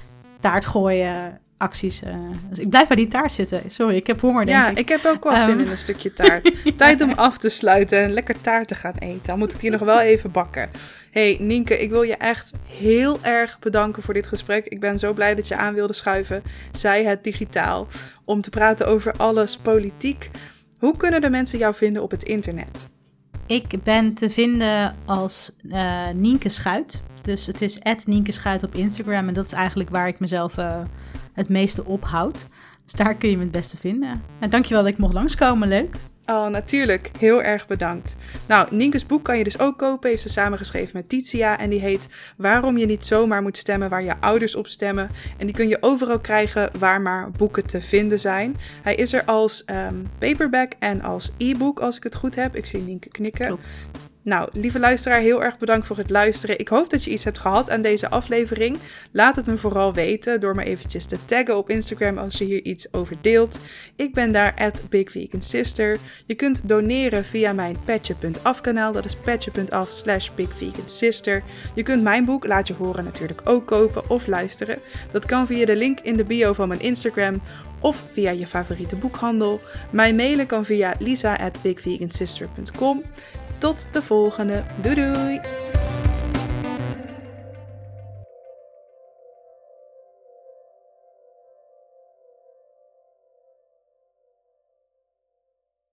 taartgooien acties. Uh, dus ik blijf bij die taart zitten. Sorry, ik heb honger, denk ja, ik. Ja, ik heb ook wel um. zin in een stukje taart. Tijd om af te sluiten en lekker taart te gaan eten. Dan moet ik die nog wel even bakken. Hey Nienke, ik wil je echt heel erg bedanken voor dit gesprek. Ik ben zo blij dat je aan wilde schuiven. Zij het digitaal. Om te praten over alles politiek. Hoe kunnen de mensen jou vinden op het internet? Ik ben te vinden als uh, Nienke Schuit. Dus het is at Nienke Schuit op Instagram. En dat is eigenlijk waar ik mezelf uh, het meeste ophoud. Dus daar kun je me het beste vinden. En dankjewel dat ik mocht langskomen. Leuk. Oh, natuurlijk. Heel erg bedankt. Nou, Nienkes boek kan je dus ook kopen. Heeft ze samengeschreven met Titia. En die heet Waarom je niet zomaar moet stemmen waar je ouders op stemmen. En die kun je overal krijgen waar maar boeken te vinden zijn. Hij is er als um, paperback en als e-book, als ik het goed heb. Ik zie Nienke knikken. Klopt. Nou, lieve luisteraar, heel erg bedankt voor het luisteren. Ik hoop dat je iets hebt gehad aan deze aflevering. Laat het me vooral weten door me eventjes te taggen op Instagram als je hier iets over deelt. Ik ben daar at Big Vegan Sister. Je kunt doneren via mijn petje punt af kanaal. Dat is petje punt af slash Big Vegan Sister. Je kunt mijn boek Laat je horen natuurlijk ook kopen of luisteren. Dat kan via de link in de bio van mijn Instagram of via je favoriete boekhandel. Mij mailen kan via lisa at big vegan sister punt com. Tot de volgende. Doei doei!